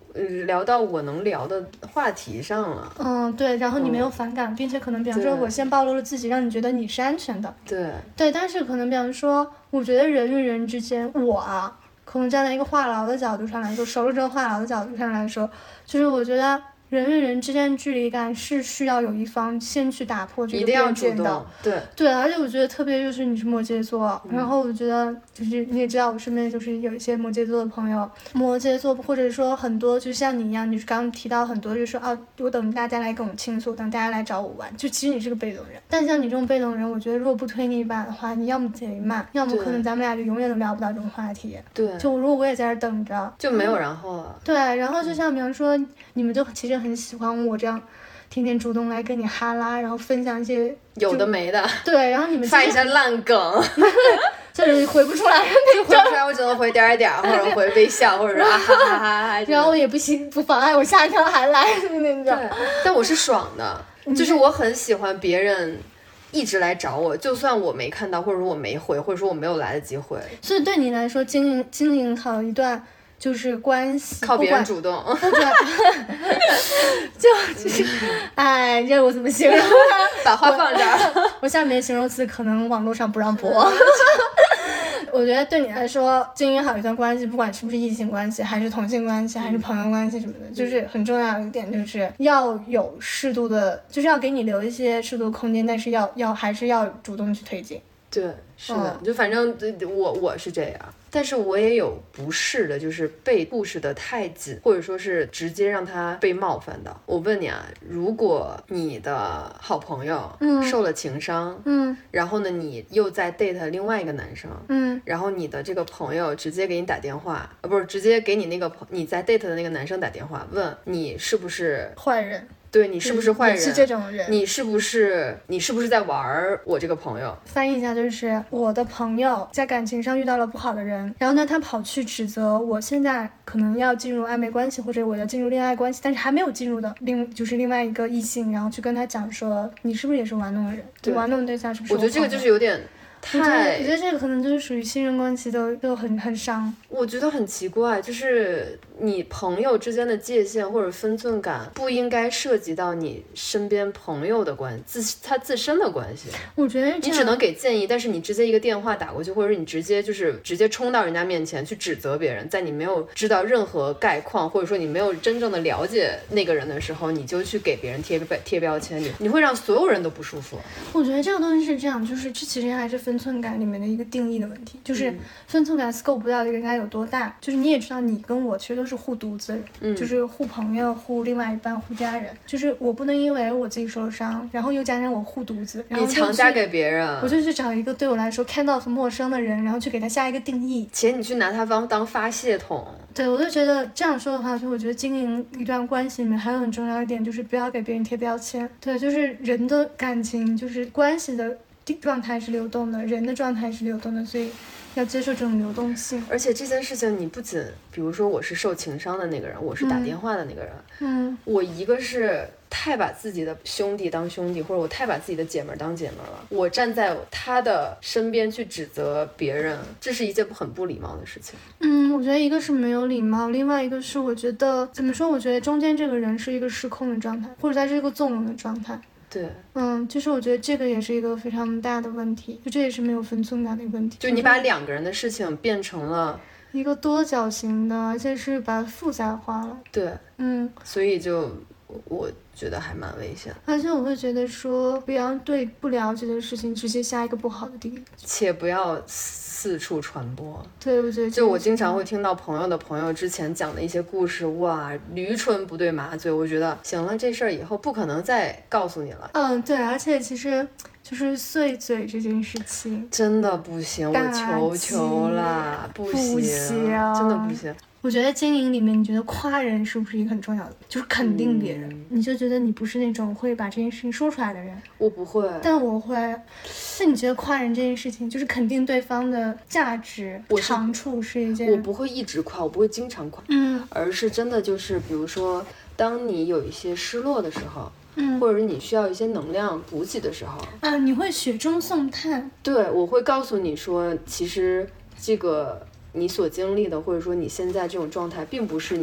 聊到我能聊的话题上了。 嗯，对，然后你没有反感，嗯、并且可能比方说我先暴露了自己，让你觉得你是安全的。 对对，但是可能比方说，我觉得人与人之间，我啊，可能站在一个话痨的角度上来说，熟了之后话痨的角度上来说，就是我觉得。人与人之间距离感是需要有一方先去打破这个边界的， 对对，而且我觉得特别就是你是摩羯座，嗯、然后我觉得就是你也知道我身边就是有一些摩羯座的朋友，摩羯座或者说很多就像你一样，你刚刚提到很多就是说啊，我等大家来跟我倾诉，等大家来找我玩，就其实你是个被动人，但像你这种被动人，我觉得如果不推你一把的话，你要么贼慢，要么可能咱们俩就永远都聊不到这种话题。 对， 就如果我也在这等着， 就没有然后了。 对，然后就像比方说你们就其实很喜欢我这样天天主动来跟你哈拉，然后分享一些有的没的， 对，然后你们发一些烂梗就是回不出来就回不出来，我只能回点点或者回微笑或者是啊哈哈哈哈， 然后也不行不妨碍我下一条还来那种。 对，但我是爽的，就是我很喜欢别人一直来找我，就算我没看到或者说我没回或者说我没有来得及回。 所以对你来说经营经营好一段就是关系靠别人主动， 不管就就是哎，这我怎么形容？ 把话放这儿， 我, 我下面形容词可能网络上不让播。我觉得对你来说，经营好一段关系，不管是不是异性关系，还是同性关系，还是朋友关系什么的，就是很重要的一点，就是要有适度的，就是要给你留一些适度的空间，但是要要还是要主动去推进。 对，是的，嗯、就反正我我是这样。但是我也有不是的，就是被故事的太紧，或者说是直接让他被冒犯到。我问你啊，如果你的好朋友受了情伤， 嗯， 然后呢，你又在 date 另外一个男生， 嗯， 然后你的这个朋友直接给你打电话，呃，不是直接给你那个你在 date 的那个男生打电话，问你是不是坏人。 对，你是不是坏人？ 是这种人。 你是不是你是不是在玩我这个朋友？ 翻译一下就是我的朋友在感情上遇到了不好的人，然后呢，他跑去指责我现在可能要进入暧昧关系，或者我要进入恋爱关系，但是还没有进入的另就是另外一个异性，然后去跟他讲说你是不是也是玩弄的人？对，玩弄对象是不是？ 我觉得这个就是有点。太， 我觉得这个可能就是属于信任关系都都很很伤。 我觉得很奇怪，就是你朋友之间的界限或者分寸感不应该涉及到你身边朋友的关自他自身的关系。 我觉得你只能给建议，但是你直接一个电话打过去，或者是你直接就是直接冲到人家面前去指责别人，在你没有知道任何概况，或者说你没有真正的了解那个人的时候，你就去给别人贴贴标签，你你会让所有人都不舒服。 我觉得这个东西是这样，就是这其实还是分寸感里面的一个定义的问题，就是分寸感 scope 不到底应该有多大。就是你也知道，你跟我其实都是护犊子人， 嗯， 就是护朋友、护另外一半、护家人。就是我不能因为我自己受了伤，然后又加上我护犊子，然后你强加给别人， 我就去找一个对我来说看到是陌生的人，然后去给他下一个定义， 且你去拿他当当发泄筒。 对，我就觉得这样说的话，就我觉得经营一段关系里面还有很重要一点，就是不要给别人贴标签。对，就是人的感情，就是关系的状态是流动的，人的状态是流动的，所以要接受这种流动性。 而且这件事情，你不仅比如说我是受情伤的那个人，我是打电话的那个人， 嗯， 我一个是太把自己的兄弟当兄弟，或者我太把自己的姐妹当姐妹了，我站在他的身边去指责别人，这是一件很不礼貌的事情。 嗯，我觉得一个是没有礼貌，另外一个是我觉得怎么说，我觉得中间这个人是一个失控的状态，或者他是一个纵容的状态。 对， 嗯，就是我觉得这个也是一个非常大的问题，就这也是没有分寸感的问题。 就你把两个人的事情变成了一个多角形的，而且是把它复杂化了。 对， 嗯， 所以就我觉得还蛮危险。 而且我会觉得说，不要对不了解的事情直接下一个不好的定义， 且不要四处传播。 对，我觉得就我经常会听到朋友的朋友之前讲的一些故事，哇，驴唇不对马嘴，我觉得行了，这事儿以后不可能再告诉你了。 嗯，对，而且其实就是碎嘴这件事情真的不行，我求求啦，不行， 不行， 真的不行。 我觉得经营里面，你觉得夸人是不是一个很重要的？就是肯定别人，嗯、你就觉得你不是那种会把这件事情说出来的人。 我不会， 但我会。那你觉得夸人这件事情，就是肯定对方的价值、长处是一件？ 我不会一直夸，我不会经常夸， 嗯， 而是真的就是，比如说，当你有一些失落的时候。 嗯， 或者是你需要一些能量补给的时候啊，你会雪中送炭。 对，我会告诉你说，其实这个你所经历的，或者说你现在这种状态，并不是你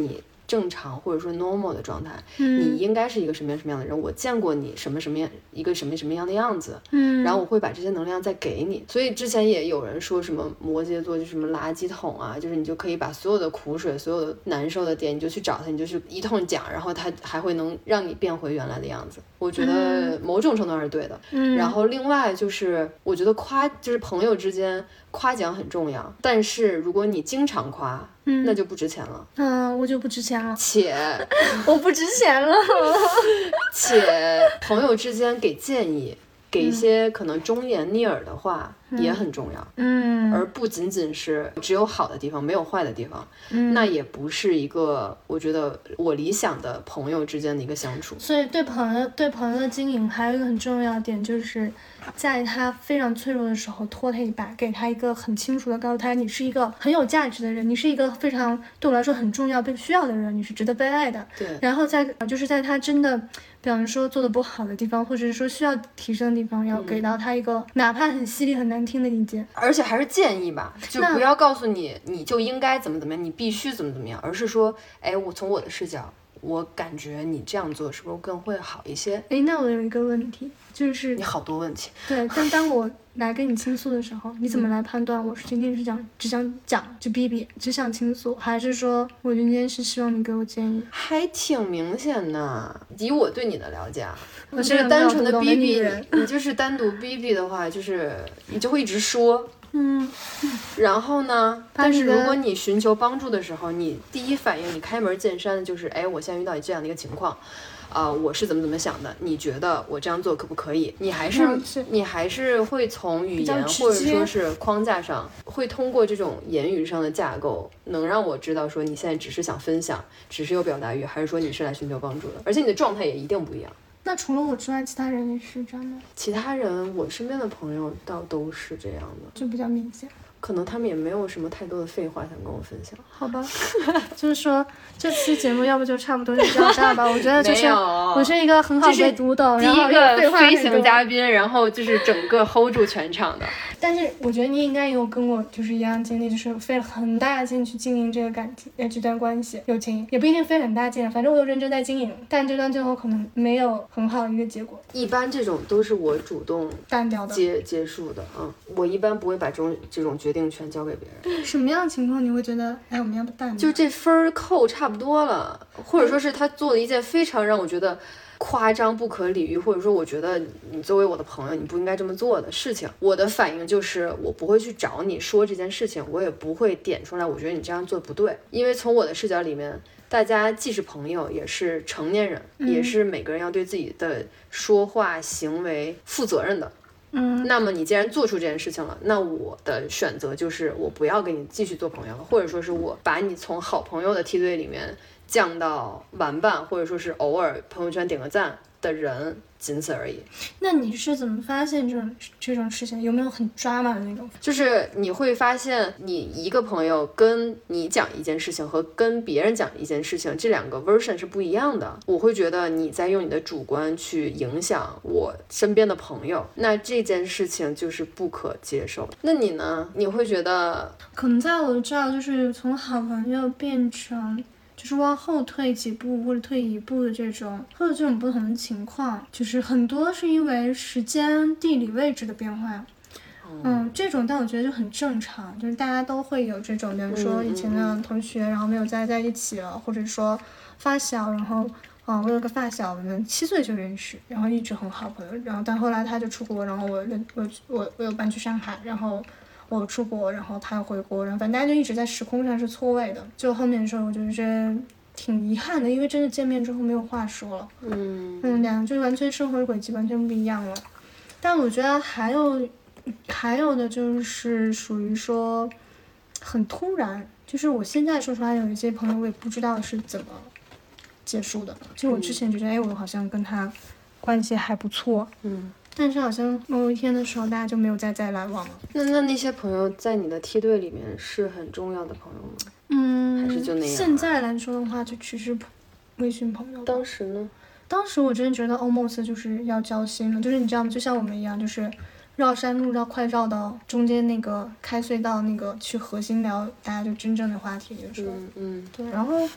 正常或者说 normal 的状态， 嗯， 你应该是一个什么样什么样的人，我见过你什么什么样一个什么什么样的样子， 嗯， 然后我会把这些能量再给你。所以之前也有人说什么摩羯座就是什么垃圾桶啊，就是你就可以把所有的苦水所有的难受的点你就去找他，你就去一通讲，然后他还会能让你变回原来的样子。我觉得某种程度上是对的。 嗯， 然后另外就是我觉得夸就是朋友之间夸奖很重要，但是如果你经常夸，嗯，那就不值钱了。 嗯，我就不值钱了。 且我不值钱了。 且朋友之间给建议，给一些可能忠言逆耳的话、嗯、也很重要。 嗯， 而不仅仅是只有好的地方没有坏的地方。 嗯， 那也不是一个我觉得我理想的朋友之间的一个相处。 所以对朋友对朋友的经营还有一个很重要的点，就是在他非常脆弱的时候拖他一把，给他一个很清楚的告诉他，你是一个很有价值的人，你是一个非常对我来说很重要被需要的人，你是值得被爱的。 对， 然后在就是在他真的比方说做的不好的地方，或者是说需要提升的地方，要给到他一个、嗯、哪怕很犀利很难听的意见， 而且还是建议吧，就不要告诉你你就应该怎么怎么样，你必须怎么怎么样，而是说哎，我从我的视角我感觉你这样做是不是更会好一些。 哎，那我有一个问题，就是你好多问题。 对，但当我来跟你倾诉的时候，你怎么来判断我是今天是讲只想讲就逼逼只想倾诉，还是说我今天是希望你给我建议？ 还挺明显的，以我对你的了解， 我是单纯的逼逼，你就是单独逼逼的话，就是你就会一直说。 嗯， 然后呢？但是如果你寻求帮助的时候，你第一反应，你开门见山的就是，哎，我现在遇到这样的一个情况，啊、呃，我是怎么怎么想的？你觉得我这样做可不可以？你还是、 嗯、是你还是会从语言或者说是框架上，会通过这种言语上的架构，能让我知道说你现在只是想分享，只是有表达欲，还是说你是来寻求帮助的？而且你的状态也一定不一样。 那除了我之外，其他人也是这样的？ 其他人，我身边的朋友倒都是这样的， 就比较明显。 可能他们也没有什么太多的废话想跟我分享。 好吧，就是说这期节目要不就差不多就这样大吧。我觉得就是我是一个很好被读懂， 第一个飞行嘉宾，然后就是整个 hold 住全场的。 但是我觉得你应该有跟我就是一样经历，就是费了很大劲去经营这个感情，呃，这段关系，友情也不一定费很大劲，反正我有认真在经营，但这段最后可能没有很好的一个结果。 一般这种都是我主动淡掉的结结束的，嗯，我一般不会把这种这种决定权交给别人。 什么样的情况你会觉得，哎，我们要不淡掉？ 就这分扣差不多了，或者说是他做了一件非常让我觉得夸张不可理喻，或者说我觉得你作为我的朋友你不应该这么做的事情，我的反应就是我不会去找你说这件事情，我也不会点出来我觉得你这样做不对，因为从我的视角里面，大家既是朋友也是成年人、嗯、也是每个人要对自己的说话行为负责任的。 嗯， 那么你既然做出这件事情了，那我的选择就是我不要跟你继续做朋友了，或者说是我把你从好朋友的梯队里面降到玩伴，或者说是偶尔朋友圈点个赞的人，仅此而已。 那你是怎么发现这种这种事情？有没有很抓马的那种？ 就是你会发现，你一个朋友跟你讲一件事情和跟别人讲一件事情，这两个 version 是不一样的。我会觉得你在用你的主观去影响我身边的朋友，那这件事情就是不可接受。那你呢？你会觉得可能在我这儿，就是从好朋友变成就是往后退几步或者退一步的这种，或者这种不同的情况，就是很多是因为时间地理位置的变化。嗯，这种但我觉得就很正常，就是大家都会有这种，比如说以前的同学，然后没有再在一起了，或者说发小，然后啊、嗯，我有个发小，我们七岁就认识，然后一直很好朋友，然后但后来他就出国，然后我我我我又搬去上海，然后我出国，然后他又回国，然后反正大家就一直在时空上是错位的。就后面的时候，我就觉得挺遗憾的，因为真的见面之后没有话说了。 嗯嗯，两就完全生活轨迹完全不一样了。但我觉得还有还有的就是属于说很突然，就是我现在说出来有一些朋友我也不知道是怎么结束的。就我之前觉得，哎，我好像跟他关系还不错。 嗯。 但是好像某一天的时候，大家就没有再再来往了。 那那那些朋友在你的梯队里面是很重要的朋友吗？ 嗯， 还是就那样、啊？ 现在来说的话，就只是微信朋友。 当时呢？ 当时我真的觉得 almost 就是要交心了，就是你知道吗？就像我们一样，就是绕山路绕快绕到中间那个开隧道那个去核心聊，大家就真正的话题就是。 嗯嗯。 对，然后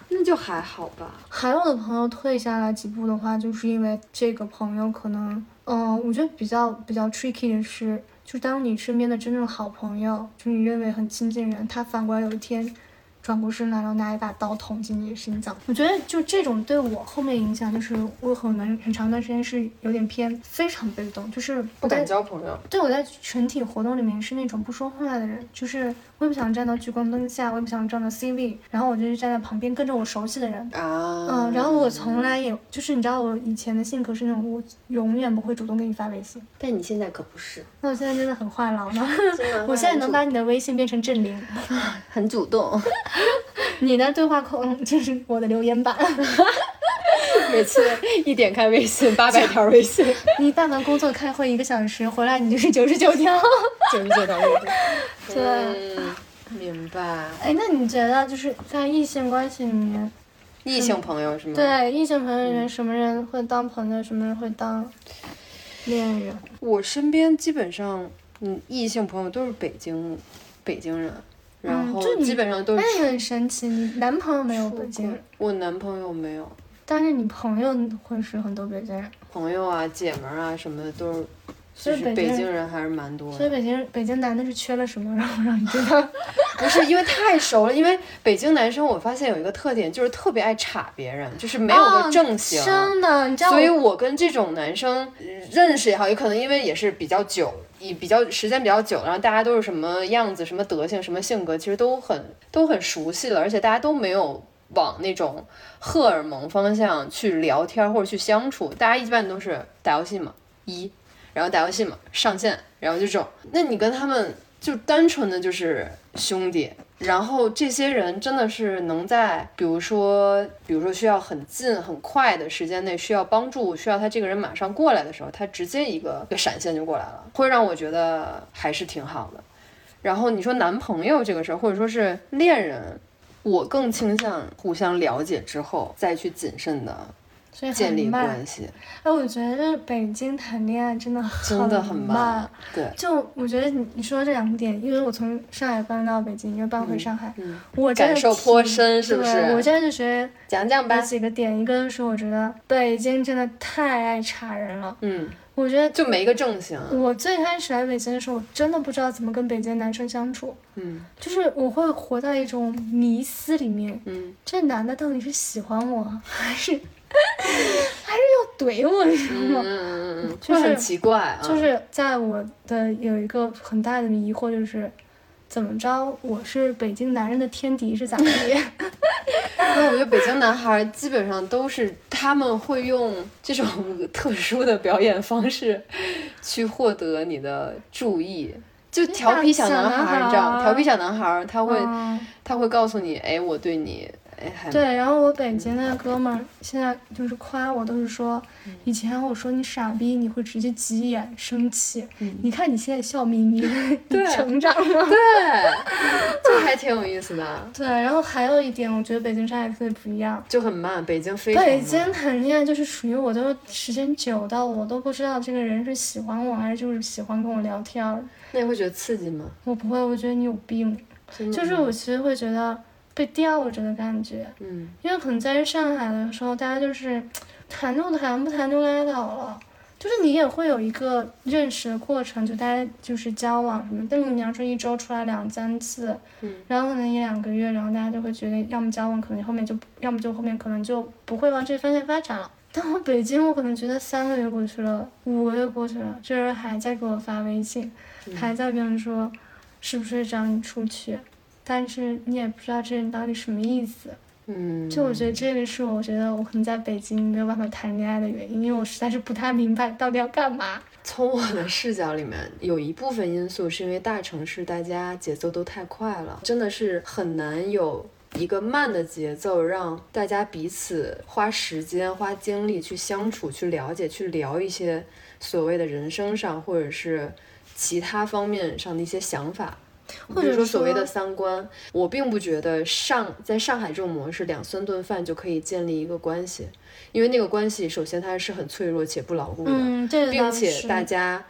那就还好吧。 还有的朋友退下来几步的话，就是因为这个朋友可能，嗯、呃，我觉得比较比较 tricky 的是，就当你身边的真正好朋友，就你认为很亲近人，他反过来有一天转过身来，然后拿一把刀捅进你的心脏。我觉得就这种对我后面影响，就是我很难很长一段时间是有点偏非常被动，就是不敢交朋友。 对，我在群体活动里面是那种不说话的人，就是我也不想站到聚光灯下，我也不想站到 C 位，然后我就是站在旁边跟着我熟悉的人啊。 嗯，然后我从来也就是你知道我以前的性格是那种我永远不会主动给你发微信， 但你现在可不是。 那我现在真的很话痨呢，我现在能把你的微信变成正零， 很主动。 你的对话框就是我的留言板。 每次一点开微信，八百条微信。 你但凡工作开会一个小时，回来你就是九十九条。 九十九条微信。对、 嗯，明白。 哎，那你觉得就是在异性关系里面， 异性朋友是吗？ 对，异性朋友里面，什么人会当朋友，什么人会当恋人？ 我身边基本上，嗯，异性朋友都是北京，北京人。然后基本上都是、 嗯、那也很神奇，你男朋友没有北京人？ 我男朋友没有， 但是你朋友会是很多北京人， 朋友啊、姐们儿啊什么的都是，其实北京人还是蛮多的。 所以北京北京男的是缺了什么，然后让你觉得不是因为太熟了，因为北京男生我发现有一个特点，就是特别爱插别人，就是没有个正形。 哦、真的，你知道， 所以我跟这种男生认识也好，也可能因为也是比较久。以比较时间比较久，然后大家都是什么样子、什么德性、什么性格，其实都很都很熟悉了，而且大家都没有往那种荷尔蒙方向去聊天或者去相处，大家一般都是打游戏嘛，一，然后打游戏嘛，上线，然后就这种。那你跟他们就单纯的就是兄弟。然后这些人真的是能在比如说比如说需要很近很快的时间内需要帮助，需要他这个人马上过来的时候，他直接一个一个闪现就过来了，会让我觉得还是挺好的。然后你说男朋友这个事儿，或者说是恋人，我更倾向互相了解之后再去谨慎的建立关系。 哎，我觉得北京谈恋爱真的很真的很慢。对， 就我觉得你你说这两个点，因为我从上海搬到北京，因为搬回上海， 嗯嗯、 我真的感受颇深，是不是？ 我真的就觉得讲讲吧。 有几个点，一个是我觉得北京真的太爱插人了。 嗯， 我觉得就没一个正形。 我最开始来北京的时候，我真的不知道怎么跟北京男生相处。 嗯， 就是我会活在一种迷思里面。 嗯， 这男的到底是喜欢我还是？还是要怼我，你知道吗？ 嗯嗯嗯， 就是很奇怪啊。 就是在我的有一个很大的疑惑，就是怎么着我是北京男人的天敌是咋地？ 那我觉得北京男孩基本上都是他们会用这种特殊的表演方式去获得你的注意。就调皮小男孩，你知道吗？调皮小男孩他会、嗯、他会告诉你，哎，我对你。 对，然后我北京那哥们儿现在就是夸我，都是说，以前我说你傻逼，你会直接急眼生气， 嗯、 你看你现在笑眯眯的，你成长了， 对，这还挺有意思的。 对，然后还有一点，我觉得北京上海特别不一样， 就很慢，北京非常慢。 北京谈恋爱就是属于我都时间久到我都不知道这个人是喜欢我还是就是喜欢跟我聊天。 那你会觉得刺激吗？ 我不会，我觉得你有病，就是我其实会觉得。被吊着的感觉， 嗯， 因为可能在上海的时候，大家就是谈就谈，不谈就拉倒了，就是你也会有一个认识的过程，就大家就是交往什么。但是你要说一周出来两三次， 嗯， 然后可能一两个月，然后大家就会觉得，要么交往，可能后面就要么就后面可能就不会往这方向发展了。但我北京，我可能觉得三个月过去了，五个月过去了，这人还在给我发微信， 嗯、 还在跟人说是不是找你出去。但是你也不知道这人到底什么意思， 嗯， 就我觉得这个是我觉得我可能在北京没有办法谈恋爱的原因，因为我实在是不太明白到底要干嘛。 从我的视角里面，有一部分因素是因为大城市大家节奏都太快了，真的是很难有一个慢的节奏让大家彼此花时间花精力去相处去了解去聊一些所谓的人生上或者是其他方面上的一些想法，比如说所谓的三观。我并不觉得上在上海这种模式两三顿饭就可以建立一个关系，因为那个关系首先它是很脆弱且不牢固的、 嗯、这并且大家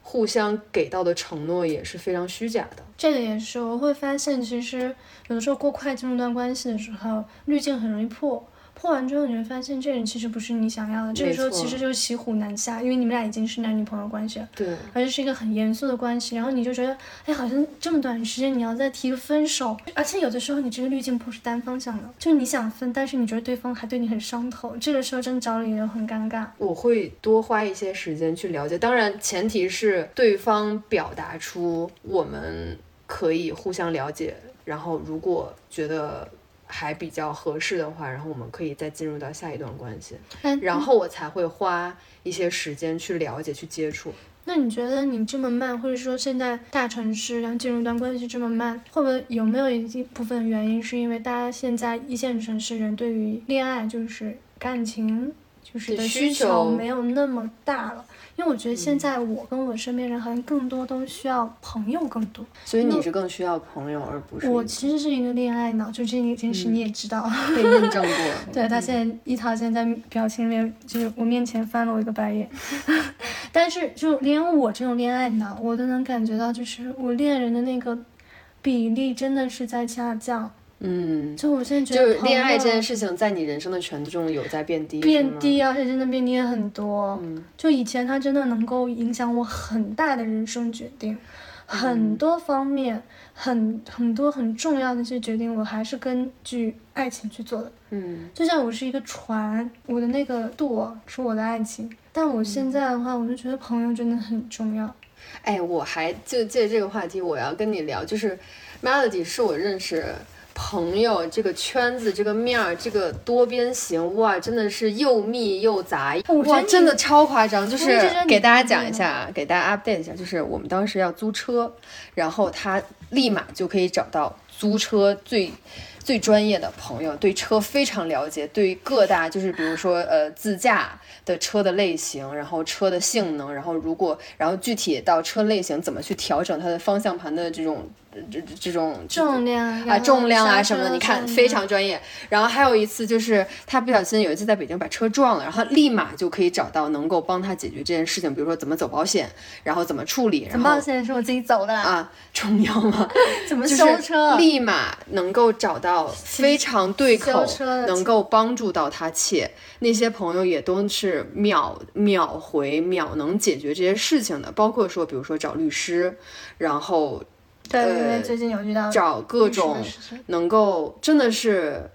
互相给到的承诺也是非常虚假的。 这个也是，我会发现其实有的时候过快进入段关系的时候，滤镜很容易破。破完之后你会发现这人其实不是你想要的，这个时候其实就是骑虎难下，因为你们俩已经是男女朋友关系了， 对， 而且是一个很严肃的关系，然后你就觉得哎，好像这么短时间你要再提个分手，而且有的时候你这个滤镜破是单方向的，就是你想分，但是你觉得对方还对你很伤透，这个时候真找理由很尴尬。 我会多花一些时间去了解，当然前提是对方表达出我们可以互相了解，然后如果觉得还比较合适的话，然后我们可以再进入到下一段关系， 嗯、 然后我才会花一些时间去了解去接触。 那你觉得你这么慢，或者说现在大城市然后进入一段关系这么慢，会不会有没有一部分原因是因为大家现在一线城市人对于恋爱就是感情就是的需求没有那么大了？因为我觉得现在我跟我身边人好像更多都需要朋友更多， 所以你是更需要朋友而不是我其实是一个恋爱脑，就这一件事你也知道、 嗯、被验证过对，他现在一涛现在在表情里面就是我面前翻了我一个白眼但是就连我这种恋爱脑我都能感觉到，就是我恋人的那个比例真的是在下降。 嗯， 就我现在觉得就是恋爱这件事情在你人生的权重有在变低， 变低，而且真的变低很多。 嗯， 就以前它真的能够影响我很大的人生决定，嗯、很多方面，很很多很重要的一些决定，我还是根据爱情去做的。 嗯， 就像我是一个船，我的那个舵是我的爱情，但我现在的话，我就觉得朋友真的很重要。 哎，我还就借这个话题，我要跟你聊，就是 Melody 是我认识朋友这个圈子这个面儿这个多边形，哇，真的是又密又杂，哇，真的超夸张。就是给大家讲一下，给大家 update 一下，就是我们当时要租车，然后他立马就可以找到租车最最专业的朋友，对车非常了解，对各大就是比如说呃自驾的车的类型，然后车的性能，然后如果然后具体到车类型怎么去调整它的方向盘的这种这这种重量啊重量啊什么的，你看非常专业。然后还有一次就是他不小心有一次在北京把车撞了，然后他立马就可以找到能够帮他解决这件事情，比如说怎么走保险，然后怎么处理。 怎么保险是我自己走的啊，重要吗？ 怎么修车？ 就是、立马能够找到非常对口，能够帮助到他，且那些朋友也都是秒秒回秒能解决这些事情的，包括说比如说找律师，然后。 对，因为最近有遇到找各种能够真的是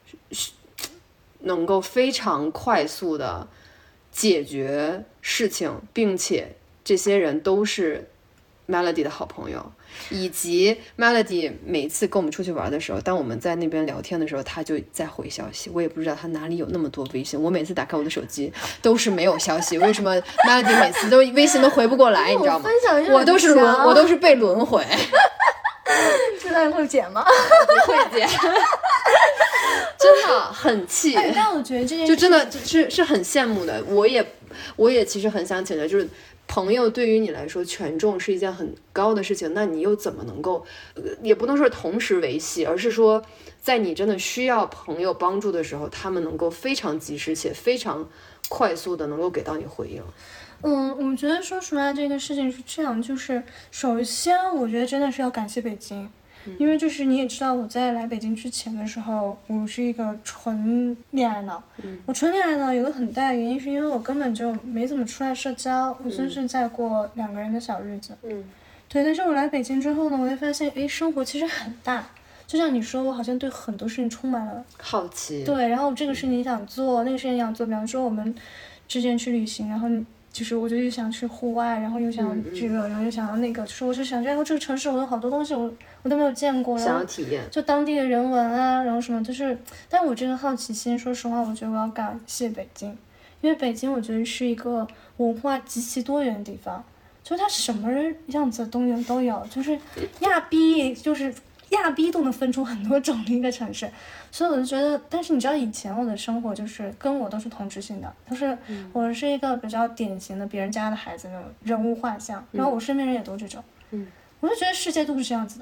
能够非常快速的解决事情，并且这些人都是 Melody 的好朋友，以及 Melody 每次跟我们出去玩的时候，当我们在那边聊天的时候，他就在回消息。我也不知道他哪里有那么多微信，我每次打开我的手机都是没有消息，为什么 Melody 每次都微信都回不过来，你知道吗？我都是轮，我都是被轮回。 这段会剪吗？ 不会剪。真的很气、 哎、但我觉得这件就真的是是很羡慕的。我也我也其实很想请教，就是朋友对于你来说权重是一件很高的事情，那你又怎么能够、呃、也不能说同时维系，而是说在你真的需要朋友帮助的时候，他们能够非常及时且非常快速的能够给到你回应。 嗯，我觉得说实话这个事情是这样，就是首先我觉得真的是要感谢北京，因为就是你也知道我在来北京之前的时候，我是一个纯恋爱脑。嗯，我纯恋爱脑有个很大的原因是因为我根本就没怎么出来社交，我就是在过两个人的小日子。嗯，对。但是我来北京之后呢，我会发现，哎，生活其实很大。就像你说，我好像对很多事情充满了好奇。 对，然后这个事情想做，那个事情想做，比方说我们之前去旅行，然后就是我就又想去户外，然后又想这个，嗯嗯然后又想要那个，就是我就想，然后这个城市我有好多东西我我都没有见过， 想要体验， 就当地的人文啊，然后什么，就是但我这个好奇心，说实话，我觉得我要感谢北京，因为北京我觉得是一个文化极其多元的地方，就是它什么人样子的东西都有，就是亚逼，就是亚逼都能分出很多种的一个城市。所以我就觉得，但是你知道以前我的生活就是跟我都是同质性的，就是我是一个比较典型的别人家的孩子那种人物画像，然后我身边人也都这种，嗯，我就觉得世界都是这样子的，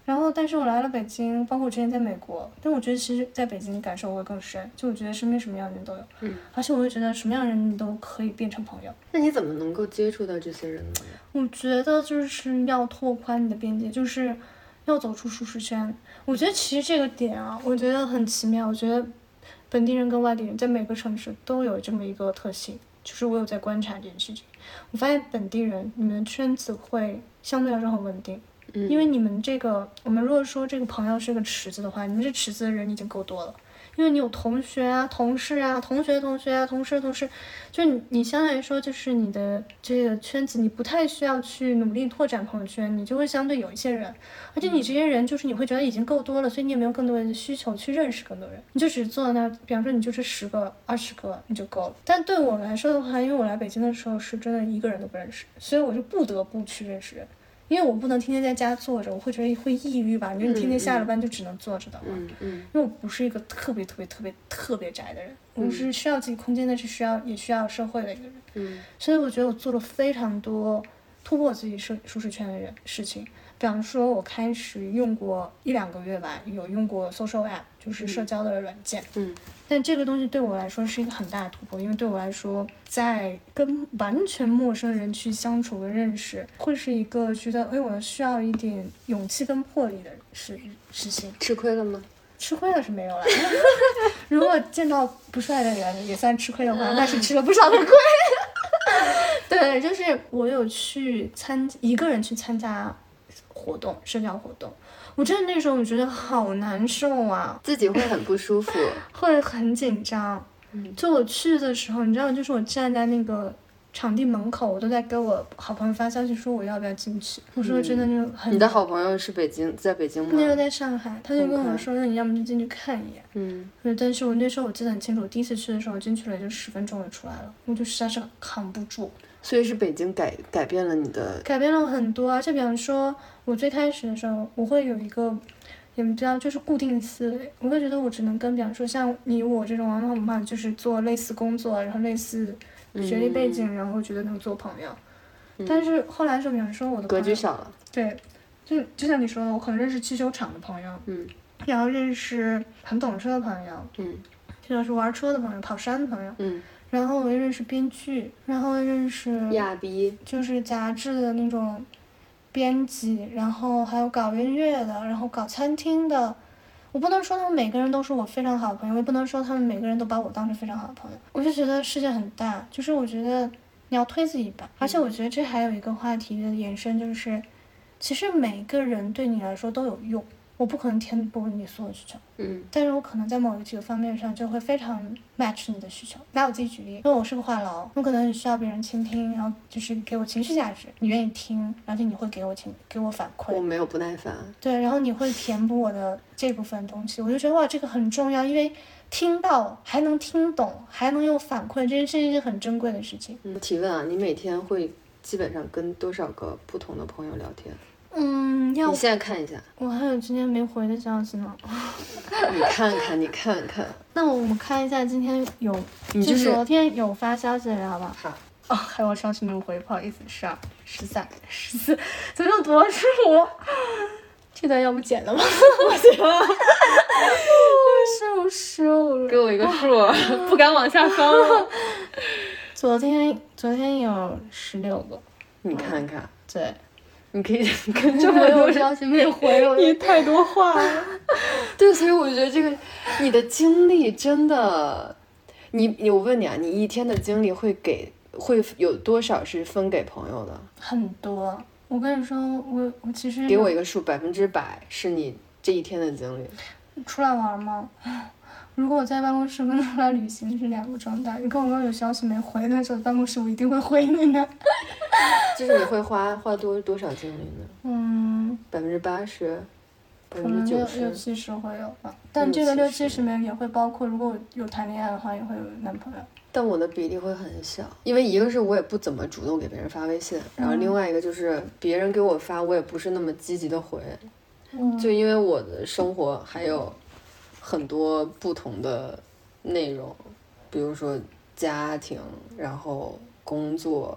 然后，但是我来了北京，包括我之前在美国，但我觉得其实在北京感受会更深。就我觉得身边什么样的人都有， 嗯， 而且我会觉得什么样的人你都可以变成朋友。 那你怎么能够接触到这些人呢？ 我觉得就是要拓宽你的边界，就是要走出舒适圈。我觉得其实这个点啊，我觉得很奇妙。我觉得本地人跟外地人在每个城市都有这么一个特性，就是我有在观察这件事情。我发现本地人你们的圈子会相对来说很稳定。因为你们这个，我们如果说这个朋友是个池子的话，你们这池子的人已经够多了，因为你有同学啊、同事啊、同学同学啊、同事同事，就你你相对来说就是你的这个圈子，你不太需要去努力拓展朋友圈，你就会相对有一些人，而且你这些人就是你会觉得已经够多了，所以你也没有更多的需求去认识更多人，你就只坐在那，比方说你就是十个、二十个你就够了。但对我来说的话，因为我来北京的时候是真的一个人都不认识，所以我就不得不去认识人。因为我不能天天在家坐着，我会觉得会抑郁吧。你说你天天下了班就只能坐着的嘛。 嗯嗯。 因为我不是一个特别特别特别特别宅的人，我是需要自己空间的，是需要也需要社会的一个人。 嗯。所以我觉得我做了非常多突破自己舒舒适圈的人事情。比方说，我开始用过一两个月吧，有用过 social app， 就是社交的软件。 嗯。 但这个东西对我来说是一个很大的突破，因为对我来说，在跟完全陌生人去相处跟认识，会是一个觉得，哎，我需要一点勇气跟魄力的事事情。 吃亏了吗？ 吃亏了是没有了。如果见到不帅的人也算吃亏的话，那是吃了不少的亏。对，就是我有去参一个人去参加活动，社交活动。我真的那时候我觉得好难受啊， 自己会很不舒服， 会很紧张。就我去的时候，你知道，就是我站在那个场地门口，我都在给我好朋友发消息说我要不要进去。我说真的就很。 你的好朋友是北京，在北京吗？ 那时候在上海，他就跟我说，那你要么就进去看一眼。 嗯。 但是我那时候我记得很清楚，我第一次去的时候，我进去了也就十分钟就出来了，我就实在是扛不住。 所以是北京改改变了你的， 改变了很多啊！就比方说，我最开始的时候，我会有一个，也不知道，就是固定思维，我会觉得我只能跟，比方说像你我这种王老妈，就是做类似工作，然后类似学历背景，嗯、然后觉得能做朋友。嗯、但是后来就比方说我的格局小了， 对，就就像你说的，我可能认识汽修厂的朋友， 嗯， 然后认识很懂车的朋友， 嗯， 就是玩车的朋友，跑山的朋友， 嗯。 然后我也认识编剧，然后认识亚逼， 就是杂志的那种编辑，然后还有搞音乐的，然后搞餐厅的。我不能说他们每个人都是我非常好的朋友，我也不能说他们每个人都把我当成非常好的朋友。我就觉得世界很大，就是我觉得你要推自己一把。而且我觉得这还有一个话题的延伸，就是其实每个人对你来说都有用。我不可能填补你所有需求， 嗯， 但是我可能在某几个方面上就会非常 match 你的需求。拿我自己举例，因为我是个话痨，我可能很需要别人倾听，然后就是给我情绪价值，你愿意听，而且你会给我情给我反馈。 我没有不耐烦。 对，然后你会填补我的这部分东西，我就觉得哇，这个很重要，因为听到还能听懂，还能有反馈，这件事情是很珍贵的事情。 嗯，提问啊，你每天会基本上跟多少个不同的朋友聊天？ 嗯，要你现在看一下， 我还有今天没回的消息呢。 你看看，你看看。 那我们看一下今天有， 你就是昨天有发消息的人，好吧？ 好。 哦，还有我消息没有回，不好意思，十二、十三、十四，总共多十五。这段要不剪了吗？ 我行了。 受受了。 给我一个数，不敢往下翻了。 昨天昨天有十六个。 你看看。 对。 你可以跟这么多消息没回我， 你太多话了。对，所以我觉得这个你的精力真的，你你我问你啊，你一天的精力会给会有多少是分给朋友的？ 很多。我跟你说，我我其实给我一个数，百分之百是你这一天的精力。 出来玩吗？如果我在办公室跟出来旅行是两个状态。你跟我说有消息没回，那时候办公室我一定会回你的。 就是你会花花多多少精力呢？ 嗯， 百分之八十，百可分之九十， 能六七十会有吧。但这个六七十里面也会包括，如果我有谈恋爱的话，也会有男朋友。 但我的比例会很小，因为一个是我也不怎么主动给别人发微信，然后另外一个就是别人给我发，我也不是那么积极的回。 嗯， 就因为我的生活还有很多不同的内容，比如说家庭，然后工作，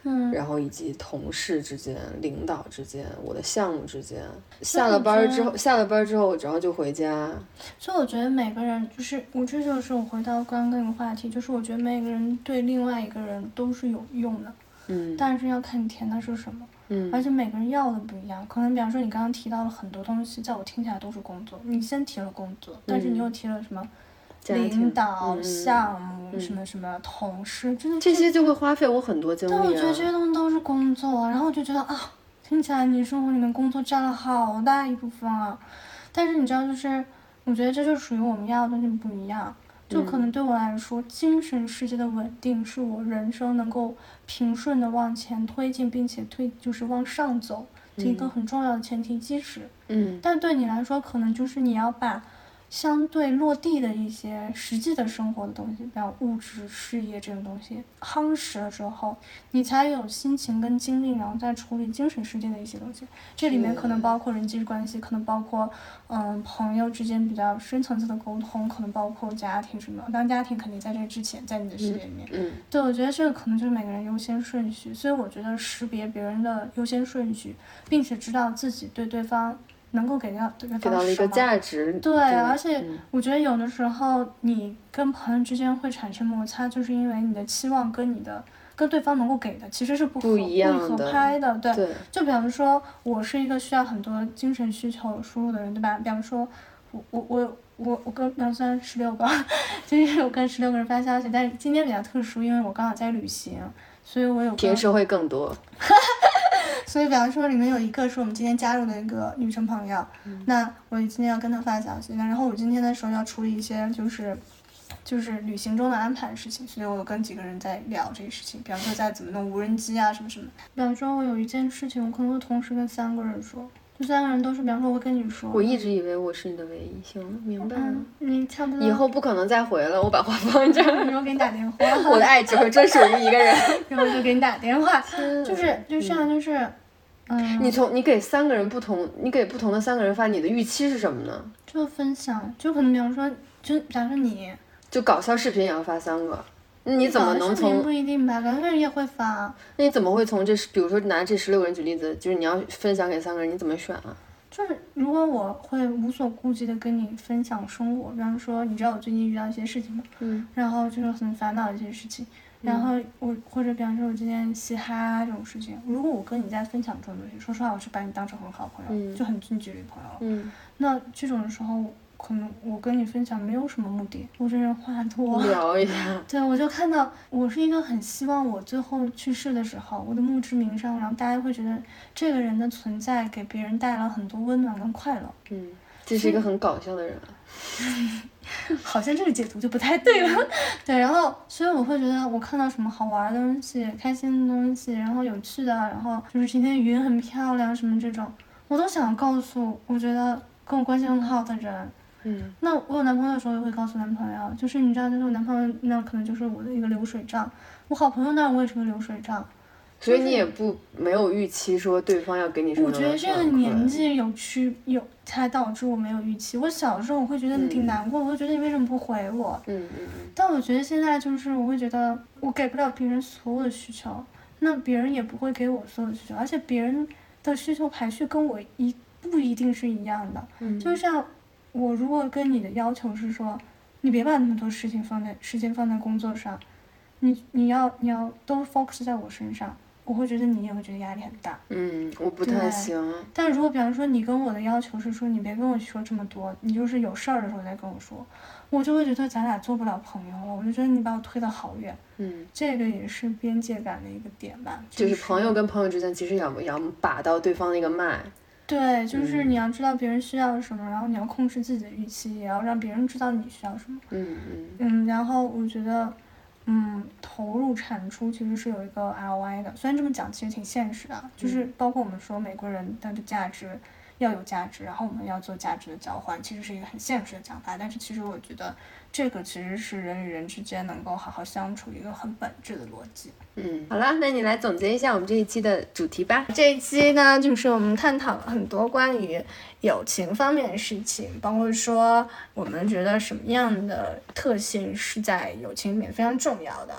嗯， 然后以及同事之间、领导之间、我的项目之间。下了班之后，下了班之后，然后就回家。 所以我觉得每个人就是，我这就是我回到刚刚那个话题，就是我觉得每个人对另外一个人都是有用的， 嗯， 但是要看你填的是什么。 嗯， 而且每个人要的不一样，可能比方说你刚刚提到了很多东西，在我听起来都是工作，你先提了工作，但是你又提了什么？领导、项目、嗯、什么什么同事，就是这些就会花费我很多精力、啊。 对，我觉得这些东西都是工作，然后我就觉得啊，听起来你生活里面工作占了好大一部分啊。但是你知道，就是我觉得这就属于我们要的东西不一样。就可能对我来说，嗯、精神世界的稳定是我人生能够平顺的往前推进，并且推就是往上走的一个很重要的前提基石。 嗯。 但对你来说，可能就是你要把。相对落地的一些实际的生活的东西，比如物质、事业这种东西夯实了之后，你才有心情跟精力，然后再处理精神世界的一些东西。这里面可能包括人际关系，可能包括嗯朋友之间比较深层次的沟通，可能包括家庭什么。当家庭肯定在这之前，在你的世界里面。 嗯。嗯对，我觉得这个可能就是每个人优先顺序，所以我觉得识别别人的优先顺序，并且知道自己对对方。能够给到对方给到了一个价值， 对，对而且我觉得有的时候你跟朋友之间会产生摩擦，就是因为你的期望跟你的跟对方能够给的其实是不合不一样不合拍的，对。 对就比方说，我是一个需要很多精神需求输入的人，对吧？比方说，我我我我我跟两三十六个，就是我跟十六个人发消息，但是今天比较特殊，因为我刚好在旅行，所以我有平时会更多。 所以比方说里面有一个是我们今天加入的一个女生朋友、嗯、那我今天要跟她发消息，然后我今天的时候要处理一些就是就是旅行中的安排的事情，所以我有跟几个人在聊这个事情，比方说在怎么弄无人机啊什么什么。比方说我有一件事情我可能会同时跟三个人说，这三个人都是比方说我会跟你说。 我一直以为我是你的唯一，行了，明白了、嗯、 你差不多以后不可能再回了，我把话放这儿。 我给你打电话。 我的爱只会专属于一个人。 然后就给你打电话，就是就这样，就是嗯， 你从你给三个人不同，你给不同的三个人发，你的预期是什么呢？ 就分享，就可能比方说，就比方说你， 就搞笑视频也要发三个，你怎么能从？ 不一定吧，搞笑视频也会发。 那你怎么会从这，比如说拿这十六个人举例子，就是你要分享给三个人，你怎么选啊？ 就是如果我会无所顾忌的跟你分享生活，比方说，你知道我最近遇到一些事情吗？ 嗯。 然后就是很烦恼的一些事情。然后我或者比方说我今天嘻哈这种事情，如果我跟你在分享这种东西，说实话我是把你当成很好朋友、 嗯、 就很近距离朋友了、 嗯、 那这种时候可能我跟你分享没有什么目的，我这人话多聊一下。 对，我就看到我是一个很希望我最后去世的时候，我的墓志铭上，然后大家会觉得这个人的存在给别人带来很多温暖跟快乐。 嗯，这是一个很搞笑的人。 好像这个解读就不太对了。对，然后所以我会觉得我看到什么好玩的东西、开心的东西，然后有趣的，然后就是今天云很漂亮什么这种，我都想告诉我觉得跟我关系很好的人。 嗯， 那我有男朋友的时候也会告诉男朋友，就是你知道，就是我男朋友那可能就是我的一个流水账，我好朋友那我也是个流水账。 所以你也不没有预期说对方要给你什么。 我觉得这个年纪有区有才导致我没有预期。我小时候我会觉得你挺难过、嗯、我会觉得你为什么不回我。 嗯嗯嗯。 但我觉得现在就是我会觉得我给不了别人所有的需求，那别人也不会给我所有的需求，而且别人的需求排序跟我一不一定是一样的。 嗯。 就像我如果跟你的要求是说，你别把那么多事情放在时间放在工作上，你你要你要都 focus 在我身上。我会觉得你也会觉得压力很大。 嗯，我不太行。 但如果比方说你跟我的要求是说你别跟我说这么多，你就是有事儿的时候再跟我说，我就会觉得咱俩做不了朋友了，我就觉得你把我推得好远。 嗯， 这个也是边界感的一个点吧。 就是、 就是朋友跟朋友之间其实要要把到对方那个脉。 对，就是你要知道别人需要什么、嗯、然后你要控制自己的预期，也要让别人知道你需要什么。 嗯嗯。 嗯，然后我觉得嗯，投入产出其实是有一个 R O I 的，虽然这么讲其实挺现实的，就是包括我们说每个人他的价值要有价值，然后我们要做价值的交换，其实是一个很现实的讲法，但是其实我觉得这个其实是人与人之间能够好好相处一个很本质的逻辑。 嗯，好了，那你来总结一下我们这一期的主题吧。 这一期呢，就是我们探讨了很多关于友情方面的事情，包括说我们觉得什么样的特性是在友情里面非常重要的，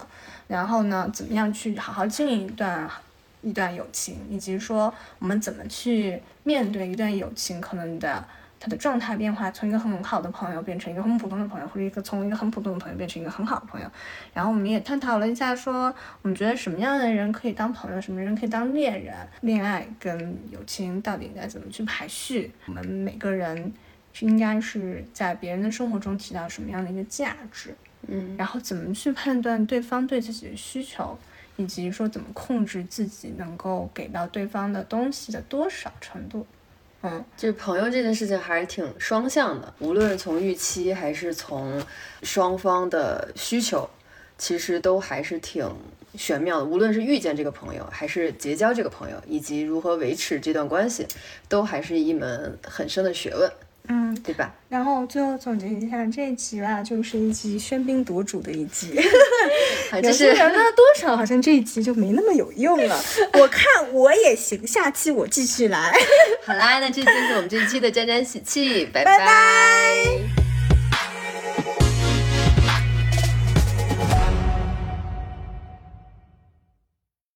然后呢，怎么样去好好经营一段一段友情，以及说我们怎么去面对一段友情可能的他的状态变化，从一个很好的朋友变成一个很普通的朋友，或者一个从一个很普通的朋友变成一个很好的朋友。然后我们也探讨了一下说，我们觉得什么样的人可以当朋友，什么人可以当恋人，恋爱跟友情到底应该怎么去排序，我们每个人应该是在别人的生活中提到什么样的一个价值， 嗯， 然后怎么去判断对方对自己的需求，以及说怎么控制自己能够给到对方的东西的多少程度。嗯， 就是朋友这件事情还是挺双向的，无论是从预期还是从双方的需求，其实都还是挺玄妙的。无论是遇见这个朋友，还是结交这个朋友，以及如何维持这段关系，都还是一门很深的学问。 嗯， 对吧？ 然后最后总结一下，这一集吧，就是一集喧宾夺主的一集。有些人呢，多少好像这一集就没那么有用了。我看我也行，下期我继续来。 好啦，那这就是我们这一期的沾沾喜气，拜拜拜。